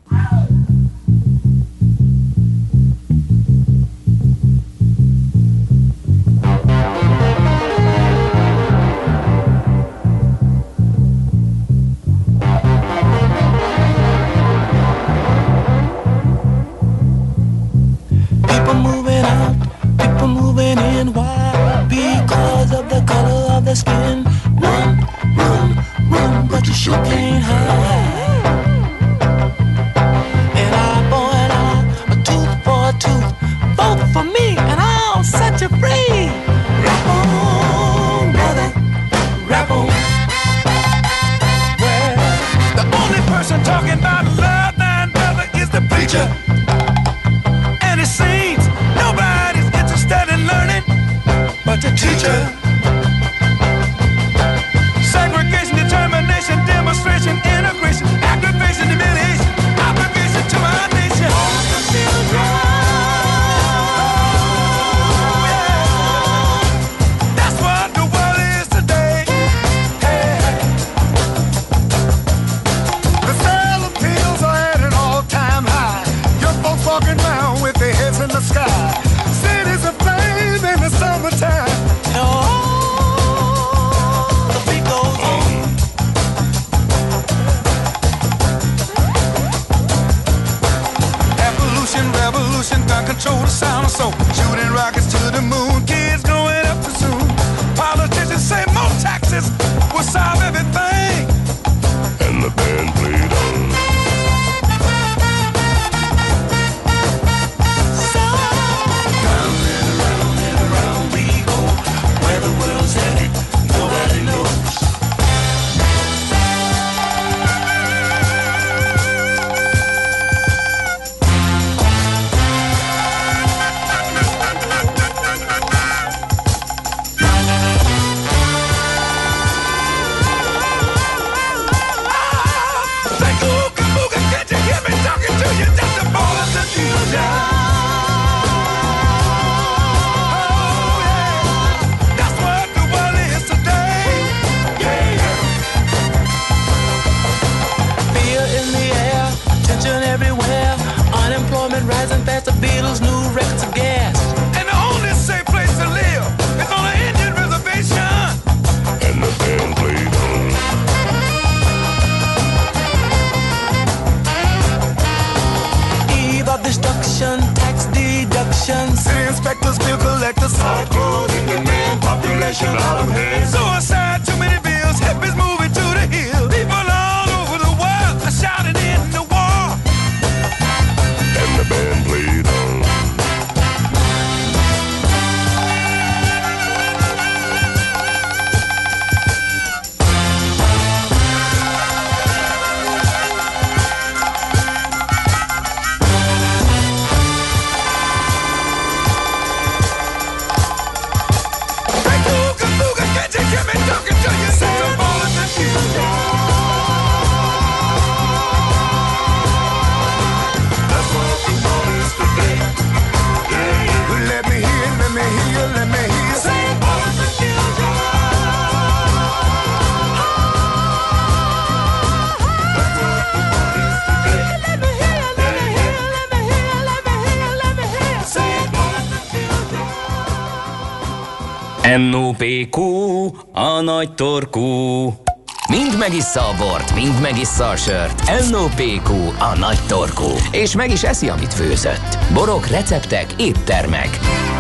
Skin, run, run, run, but you sure can't hide. An eye for an eye, a tooth for a tooth, vote for me and I'll set you free. Rap on, brother, rap on. Well, the only person talking about love, nine brother, is the preacher. And it seems nobody's interested in learning but the teacher. Demonstration, integration, aggravation, humiliation, obligation to my nation. All the children, yeah. That's what the world is today. Hey. The sale of pills are at an all-time high. Young folks walking around with their heads in the sky. Cities aflame in the summertime. Oh. en o pé kú, a nagy torkú. Mind megissza a bort, mind megissza a sört. en o pé kú, a nagy torkú. És meg is eszi, amit főzött. Borok, receptek, éttermek.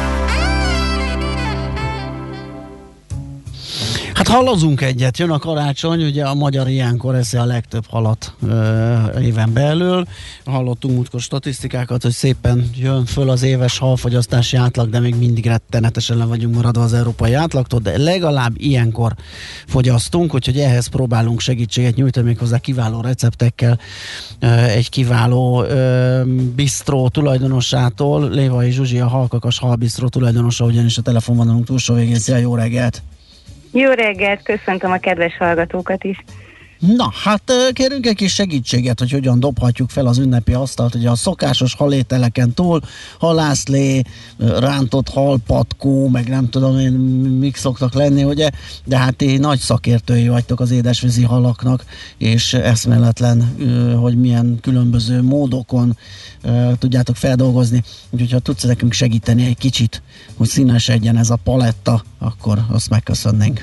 Hát halazunk egyet, jön a karácsony, ugye a magyar ilyenkor eszi a legtöbb halat ö, éven belül. Hallottunk múltkor statisztikákat, hogy szépen jön föl az éves halfogyasztási átlag, de még mindig rettenetesen le vagyunk maradva az európai átlagtól, de legalább ilyenkor fogyasztunk, úgyhogy ehhez próbálunk segítséget nyújtani méghozzá kiváló receptekkel ö, egy kiváló ö, bistró tulajdonosától, Lévai Zsuzsi, a Halkakas Halbistró tulajdonosa, ugyanis a telefonvonalunk túlsó végén. Szia, jó reggelt! Jó reggelt, köszöntöm a kedves hallgatókat is. Na, hát kérünk egy kis segítséget, hogy hogyan dobhatjuk fel az ünnepi asztalt, ugye a szokásos halételeken túl, halászlé, rántott halpatkó, meg nem tudom én, mik szoktak lenni, ugye, de hát ti nagy szakértői vagytok az édesvízi halaknak, és eszméletlen, hogy milyen különböző módokon tudjátok feldolgozni, úgyhogy ha tudsz nekünk segíteni egy kicsit, hogy színesedjen ez a paletta, akkor azt megköszönnénk.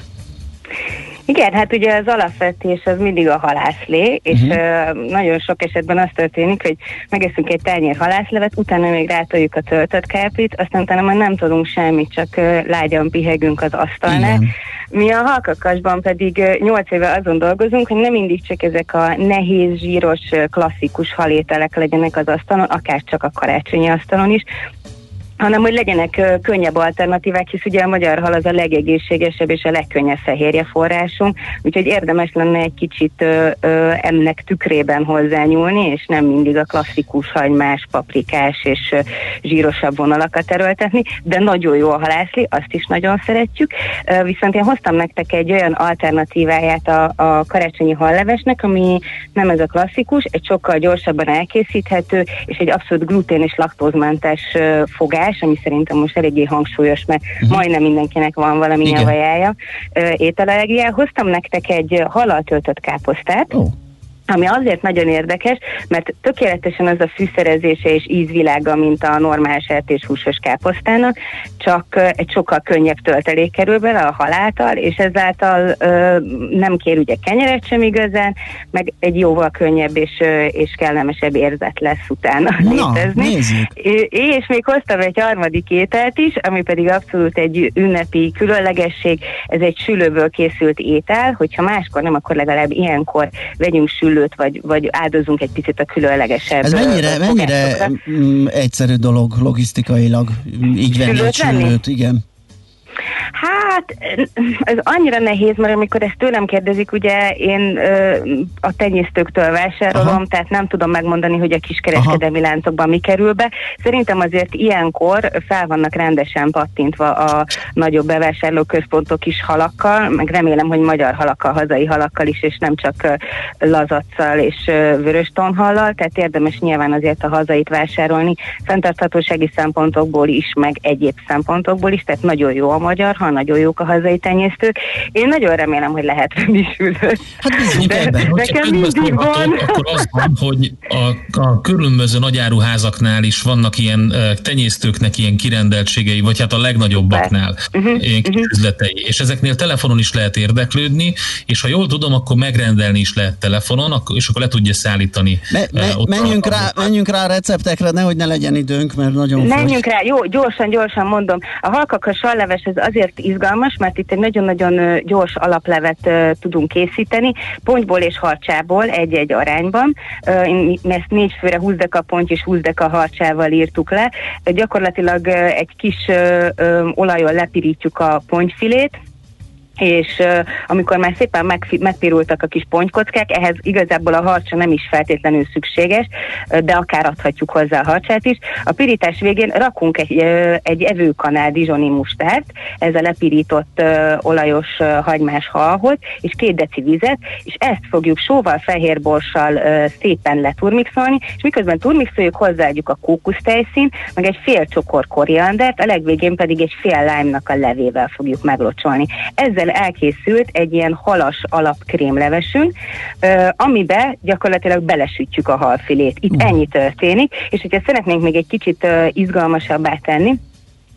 Igen, hát ugye az alapvetés az mindig a halászlé, és uh-huh. uh, nagyon sok esetben az történik, hogy megeszünk egy tányér halászlevet, utána még rátoljuk a töltött káprit, aztán utána már nem tudunk semmit, csak uh, lágyan pihegünk az asztalnál. Igen. Mi a Halkakasban pedig nyolc éve azon dolgozunk, hogy nem mindig csak ezek a nehéz, zsíros, klasszikus halételek legyenek az asztalon, akár csak a karácsonyi asztalon is, hanem hogy legyenek uh, könnyebb alternatívák, hisz ugye a magyar hal az a legegészségesebb és a legkönnyebb fehérje forrásunk, úgyhogy érdemes lenne egy kicsit uh, uh, ennek tükrében hozzányúlni, és nem mindig a klasszikus hagymás, paprikás és uh, zsírosabb vonalakat erőltetni, de nagyon jó a halászlé, azt is nagyon szeretjük. Uh, viszont én hoztam nektek egy olyan alternatíváját a, a karácsonyi hallevesnek, ami nem ez a klasszikus, egy sokkal gyorsabban elkészíthető, és egy abszolút glutén és laktózmentes uh, fogás, ami szerintem most eléggé hangsúlyos, mert uh-huh. majdnem mindenkinek van valamilyen vajája, ételallergia. Hoztam nektek egy hallal töltött káposztát, oh. ami azért nagyon érdekes, mert tökéletesen az a fűszerezése és ízvilága, mint a normál sertéshúsos káposztának, csak egy sokkal könnyebb töltelék kerül bele a hal által, és ezáltal ö, nem kér ugye kenyeret sem igazán, meg egy jóval könnyebb és, ö, és kellemesebb érzet lesz utána létezni. És még hoztam egy harmadik ételt is, ami pedig abszolút egy ünnepi különlegesség, ez egy sülőből készült étel, hogyha máskor nem, akkor legalább ilyenkor vegyünk sülőt, vagy, vagy áldozunk egy picit a különlegesebb. Ez mennyire, mennyire egyszerű dolog logisztikailag, így venni egy sülőt, igen? Hát, ez annyira nehéz, mert amikor ezt tőlem kérdezik, ugye én ö, a tenyésztőktől vásárolom, aha. tehát nem tudom megmondani, hogy a kiskereskedelmi láncokban mi kerül be. Szerintem azért ilyenkor fel vannak rendesen pattintva a nagyobb bevásárlóközpontok is halakkal, meg remélem, hogy magyar halakkal, hazai halakkal is, és nem csak ö, lazacsal és ö, vörös tonhallal, tehát érdemes nyilván azért a hazait vásárolni, fenntarthatósági szempontokból is, meg egyéb szempontokból is, tehát nagyon jó a magyar, ha nagyon jók a hazai tenyésztők. Én nagyon remélem, hogy lehet venni sülőt. Hát bízunk ebben. Nekem mindig van. Akkor az van, hogy a, a különböző nagyáruházaknál is vannak ilyen tenyésztőknek ilyen kirendeltségei, vagy hát a legnagyobbaknál uh-huh, ilyen kis uh-huh. üzletei. És ezeknél telefonon is lehet érdeklődni, és ha jól tudom, akkor megrendelni is lehet telefonon, és akkor le tudja szállítani. Me, me, uh, menjünk, rá, menjünk rá a receptekre, nehogy ne legyen időnk, mert nagyon Menjünk rá, jó, gyorsan, gyorsan mondom. A Halkakas halleves ez azért izgalmas, mert itt egy nagyon-nagyon gyors alaplevet uh, tudunk készíteni, pontyból és harcsából egy-egy arányban. Uh, ezt négy főre húsz deka ponty és húsz deka harcsával írtuk le. Uh, gyakorlatilag uh, egy kis uh, uh, olajon lepirítjuk a pontyfilét, és uh, amikor már szépen megfi- megpirultak a kis pontykockák, ehhez igazából a harcsa nem is feltétlenül szükséges, uh, de akár adhatjuk hozzá a harcsát is. A pirítás végén rakunk egy, uh, egy evőkanál dizsoni mustárt, ez a lepirított uh, olajos uh, hagymás halhoz, és két deci vizet, és ezt fogjuk sóval, fehérborssal uh, szépen leturmixolni, és miközben turmixoljuk, hozzáadjuk a kókusztejszínt, meg egy fél csokor koriandert, a legvégén pedig egy fél lime-nak a levével fogjuk meglocsolni. Ezzel elkészült egy ilyen halas alapkrémlevesünk, amibe gyakorlatilag belesütjük a halfilét. Itt ennyi történik, és hogyha szeretnénk még egy kicsit izgalmasabbá tenni,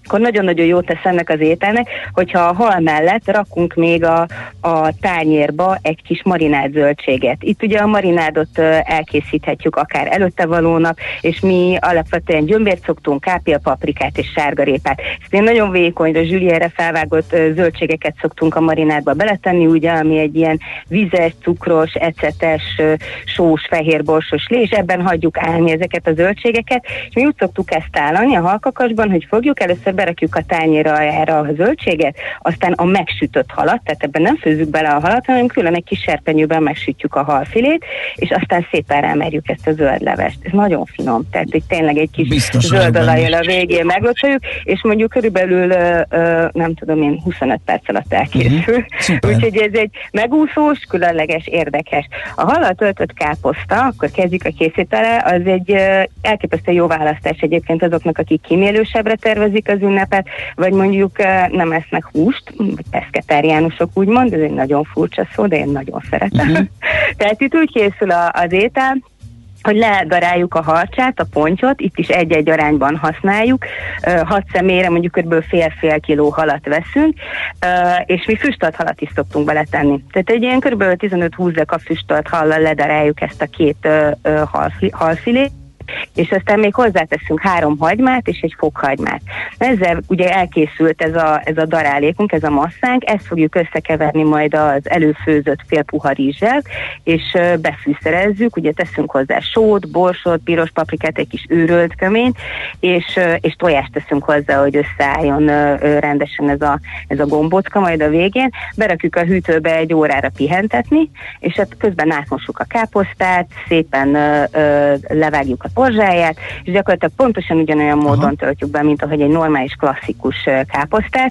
akkor nagyon-nagyon jót tesz ennek az ételnek, hogyha a hal mellett rakunk még a, a tányérba egy kis marinád zöldséget. Itt ugye a marinádot elkészíthetjük akár előtte valónak, és mi alapvetően gyömbért szoktunk, kápia, paprikát és sárgarépát. Ezt én nagyon vékonyra, zsüliére felvágott zöldségeket szoktunk a marinádba beletenni, ugye, ami egy ilyen vizes, cukros, ecetes, sós, fehérborsos lé, és ebben hagyjuk állni ezeket a zöldségeket, és mi úgy szoktuk ezt állani a halkakasban, hogy fogjuk, először berakjuk a tányérra erre a zöldséget, aztán a megsütött halat, tehát ebben nem főzzük bele a halat, hanem külön egy kis serpenyőben megsütjük a halfilét, és aztán szépen rámerjük ezt a zöld levest. Ez nagyon finom, tehát hogy tényleg egy kis biztos zöld olajjal a végén meglocsoljuk, és mondjuk körülbelül nem tudom én, huszonöt perc alatt elkészül. Uh-huh. Úgyhogy ez egy megúszós, különleges, érdekes. A hallal töltött káposzta, akkor kezdjük a készítele, az egy elképesztő jó választás egyébként azoknak, akik kimélősebbre tervezik az ünnepet, vagy mondjuk nem esznek húst, vagy peszketáriánusok úgymond, ez egy nagyon furcsa szó, de én nagyon szeretem. Uh-huh. Tehát itt úgy készül a, az étel, hogy ledaráljuk a harcsát, a pontyot, itt is egy-egy arányban használjuk, hat személyre mondjuk kb. fél-fél kiló halat veszünk, és mi füstölt halat is szoktunk beletenni. Tehát egy ilyen kb. tizenöt-húsz deka füstölt hallal ledaráljuk ezt a két halfilét, és aztán még hozzáteszünk három hagymát és egy fokhagymát. Ezzel ugye elkészült ez a, ez a darálékunk, ez a masszánk, ezt fogjuk összekeverni majd az előfőzött félpuha rizssel, és befűszerezzük, ugye teszünk hozzá sót, borsot, piros paprikát, egy kis őrölt köményt, és, és tojást teszünk hozzá, hogy összeálljon rendesen ez a, ez a gombócka majd a végén. Berakjuk a hűtőbe egy órára pihentetni, és hát közben átmossuk a káposztát, szépen ö, ö, levágjuk a porzsáját, és gyakorlatilag pontosan ugyanolyan módon Aha. töltjük be, mint ahogy egy normális, klasszikus káposztát.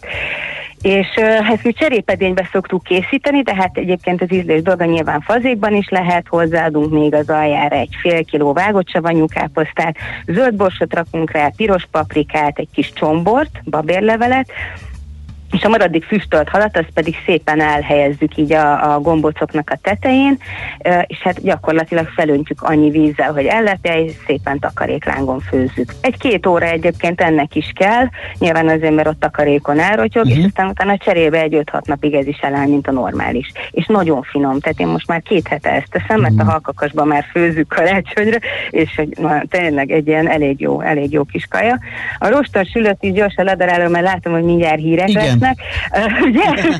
És uh, ezt mi cserépedénybe szoktuk készíteni, de hát egyébként az ízlés dolga nyilván fazékban is lehet, hozzáadunk még az aljára egy fél kiló vágott savanyú káposztát, zöld borsot rakunk rá, piros paprikát, egy kis csombort, babérlevelet, és a maradék füstölt halat, azt pedig szépen elhelyezzük így a, a gombócoknak a tetején, és hát gyakorlatilag felöntjük annyi vízzel, hogy ellepje, és szépen takaréklángon főzzük. Egy-két óra egyébként ennek is kell, nyilván azért, mert ott takarékon elrotyog, uh-huh. és aztán utána cserébe egy öt-hat napig ez is eláll, mint a normális. És nagyon finom, tehát én most már két hete ezt teszem, mert uh-huh. a halkakasban már főzzük karácsonyra, és hogy na, tényleg egy ilyen elég jó, elég jó kis kaja. A roston sülött is gyorsan ledarálom, mert látom, hogy mindjárt hírek Igen. lesznek. Uh, ugye?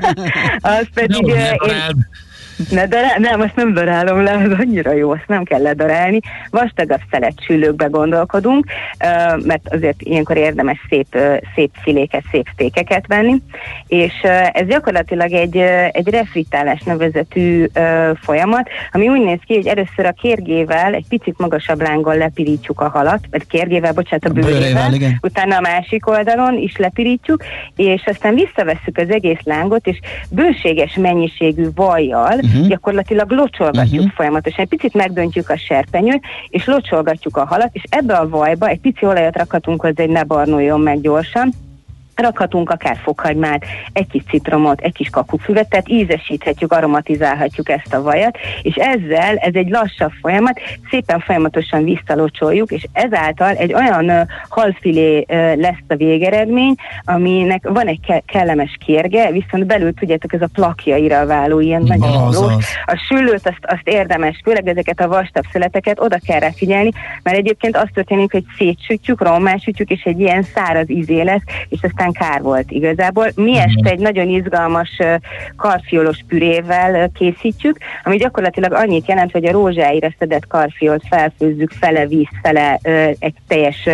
Az pedig... No, én... Ne darál, nem, azt nem darálom le, az annyira jó, azt nem kell ledarálni. Vastagabb szelet sülőkbe gondolkodunk, mert azért ilyenkor érdemes szép, szép filéket, szép sztékeket venni, és ez gyakorlatilag egy, egy refrittálás nevezetű folyamat, ami úgy néz ki, hogy először a kérgével egy picit magasabb lángon lepirítjuk a halat, vagy kérgével, bocsánat, a bőrével, bőrével utána a másik oldalon is lepirítjuk, és aztán visszavesszük az egész lángot, és bőséges mennyiségű vajjal Uh-huh. gyakorlatilag locsolgatjuk uh-huh. folyamatosan. Egy picit megdöntjük a serpenyőt, és locsolgatjuk a halat, és ebbe a vajba egy pici olajat rakhatunk hozzá, hogy ne barnuljon meg gyorsan. Rakhatunk akár fokhagymát, egy kis citromot, egy kis kakufüvet, tehát ízesíthetjük, aromatizálhatjuk ezt a vajat, és ezzel, ez egy lassabb folyamat, szépen folyamatosan visszalocsoljuk, és ezáltal egy olyan uh, halfilé uh, lesz a végeredmény, aminek van egy ke- kellemes kérge, viszont belül, tudjátok, ez a plakjaira váló, ilyen nagyon halós. A sülőt azt, azt érdemes, főleg ezeket a vastag szeleteket oda kell rá figyelni, mert egyébként azt történik, hogy szétsütjük, rommá sütjük, és egy ilyen száraz ízé lesz, és aztán kár volt igazából. Mi ezt egy nagyon izgalmas karfiolos pürével készítjük, ami gyakorlatilag annyit jelent, hogy a rózsáira szedett karfiolt felfőzzük fele víz, fele egy teljes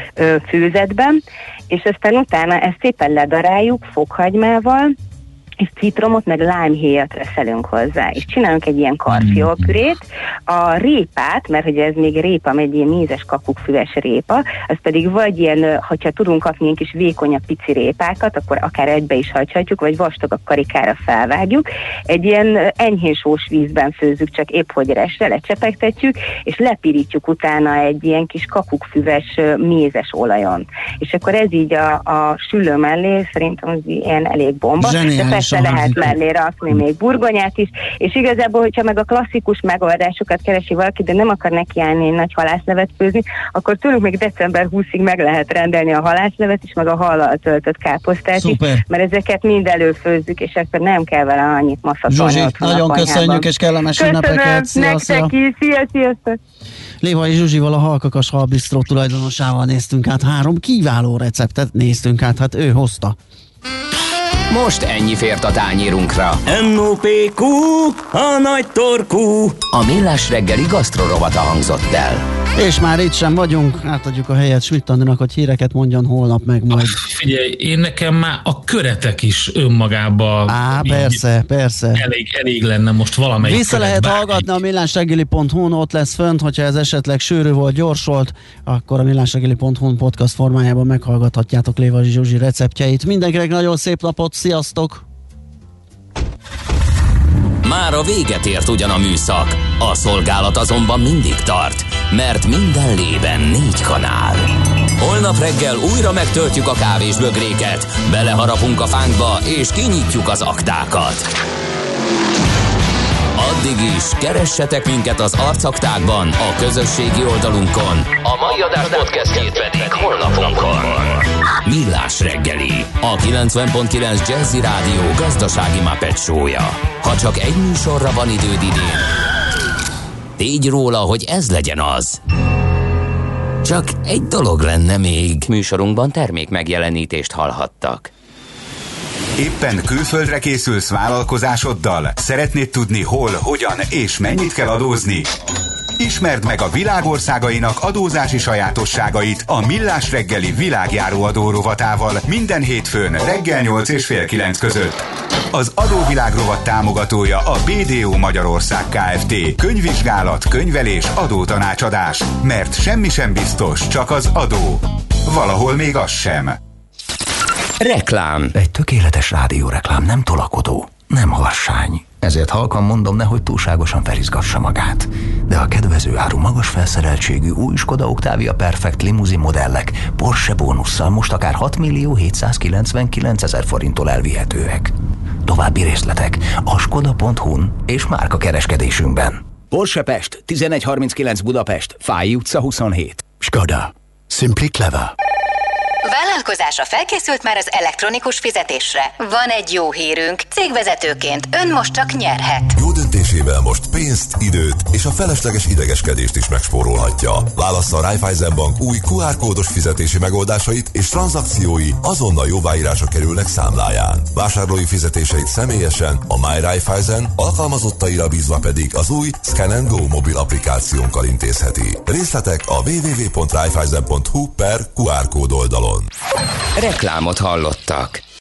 főzetben, és aztán utána ezt szépen ledaráljuk fokhagymával, és citromot, meg lájmhéjat reszelünk hozzá, és csinálunk egy ilyen karfiolpürét. A répát, mert hogy ez még répa, egy ilyen mézes kakukfüves répa, az pedig vagy ilyen, hogyha tudunk kapni ilyen kis vékonyabb pici répákat, akkor akár egybe is hagyhatjuk, vagy vastagabb karikára felvágjuk. Egy ilyen enyhén sós vízben főzzük, csak épp hogy resre, lecsepegtetjük, és lepirítjuk utána egy ilyen kis kakukfüves mézes olajon. És akkor ez így a, a sülő mellé szerintem az ilyen elég bomba. Zseniális. persze lehet mellé rakni még burgonyát is, és igazából, hogyha meg a klasszikus megoldásokat keresi valaki, de nem akar nekiállni egy nagy halászlevet főzni, akkor tőlük még december huszadikáig meg lehet rendelni a halászlevet is, meg a hallal töltött káposztát Szuper. is, mert ezeket mind előfőzzük, és akkor nem kell vele annyit maszatolni. Zsuzsi, nagyon köszönjük, és kellemes ünnepeket. Köszönöm, nektek is, szia, sziasztok! Lévai Zsuzsival, a Halkakas Halbisztró tulajdonosával néztünk át három kiváló receptet, néztünk át, hát ő hozta. Most ennyi fért a tányérunkra. em o pé kú, a nagy torkú. A Millás reggeli gasztrorovata hangzott el. És már itt sem vagyunk, átadjuk a helyet Schmidt Andrának, hogy híreket mondjon, holnap meg majd. Figyelj, én nekem már a köretek is önmagában Á, persze, persze. Elég, elég lenne most valamelyik. Vissza lehet bármelyik hallgatni a millásreggeli pont hu-n, ott lesz fönt, hogyha ez esetleg sűrű volt, gyors volt, akkor a millásreggeli pont hu-n podcast formájában meghallgathatjátok Lévai Zsuzsi receptjeit. Mindenkinek nagyon szép napot, sziasztok! Már a véget ért ugyan a műszak, a szolgálat azonban mindig tart, mert minden lében négy kanál. Holnap reggel újra megtöltjük a kávésbögréket, beleharapunk a fánkba és kinyitjuk az aktákat. Addig is keressetek minket az arcaktákban, a közösségi oldalunkon. A mai adás podcastjét pedig holnapunkon. Millás reggeli, a kilencven pont kilenc Jazzy Rádió gazdasági Muppet show-ja. Ha csak egy műsorra van időd idén, tégy róla, hogy ez legyen az. Csak egy dolog lenne még. Műsorunkban termék megjelenítést hallhattak. Éppen külföldre készülsz vállalkozásoddal? Szeretnéd tudni hol, hogyan és mennyit kell adózni? Ismerd meg a világ országainak adózási sajátosságait a Millás reggeli világjáró adó rovatával minden hétfőn reggel nyolc és fél kilenc között. Az adóvilág rovat támogatója a bé dé o Magyarország Kft. Könyvvizsgálat, könyvelés, adótanácsadás. Mert semmi sem biztos, csak az adó. Valahol még az sem. Reklám. Egy tökéletes rádióreklám nem tolakodó, nem harsány. Ezért halkan mondom, nehogy túlságosan felizgassa magát. De a kedvező áru magas felszereltségű új Skoda Octavia Perfect limuzin modellek Porsche bónusszal most akár hat millió hétszázkilencvenkilenc ezer forinttól elvihetőek. További részletek a skoda pont hu-n és márka kereskedésünkben. Porsche Pest, tizenegy harminckilenc Budapest, Fáy utca huszonhét. Skoda. Simply clever. Vállalkozása felkészült már az elektronikus fizetésre. Van egy jó hírünk. Cégvezetőként ön most csak nyerhet. Jó döntésével most pénzt, időt és a felesleges idegeskedést is megspórolhatja. Válassza a Raiffeisen Bank új kú ár kódos fizetési megoldásait, és tranzakciói azonnal jóváírásra kerülnek számláján. Vásárlói fizetéseit személyesen, a My Raiffeisen, alkalmazottaira bízva pedig az új Scan and Go mobil applikációnkkal intézheti. Részletek a double-u double-u double-u pont raiffeisen pont hu per kú ár kód oldalon. Reklámot hallottak.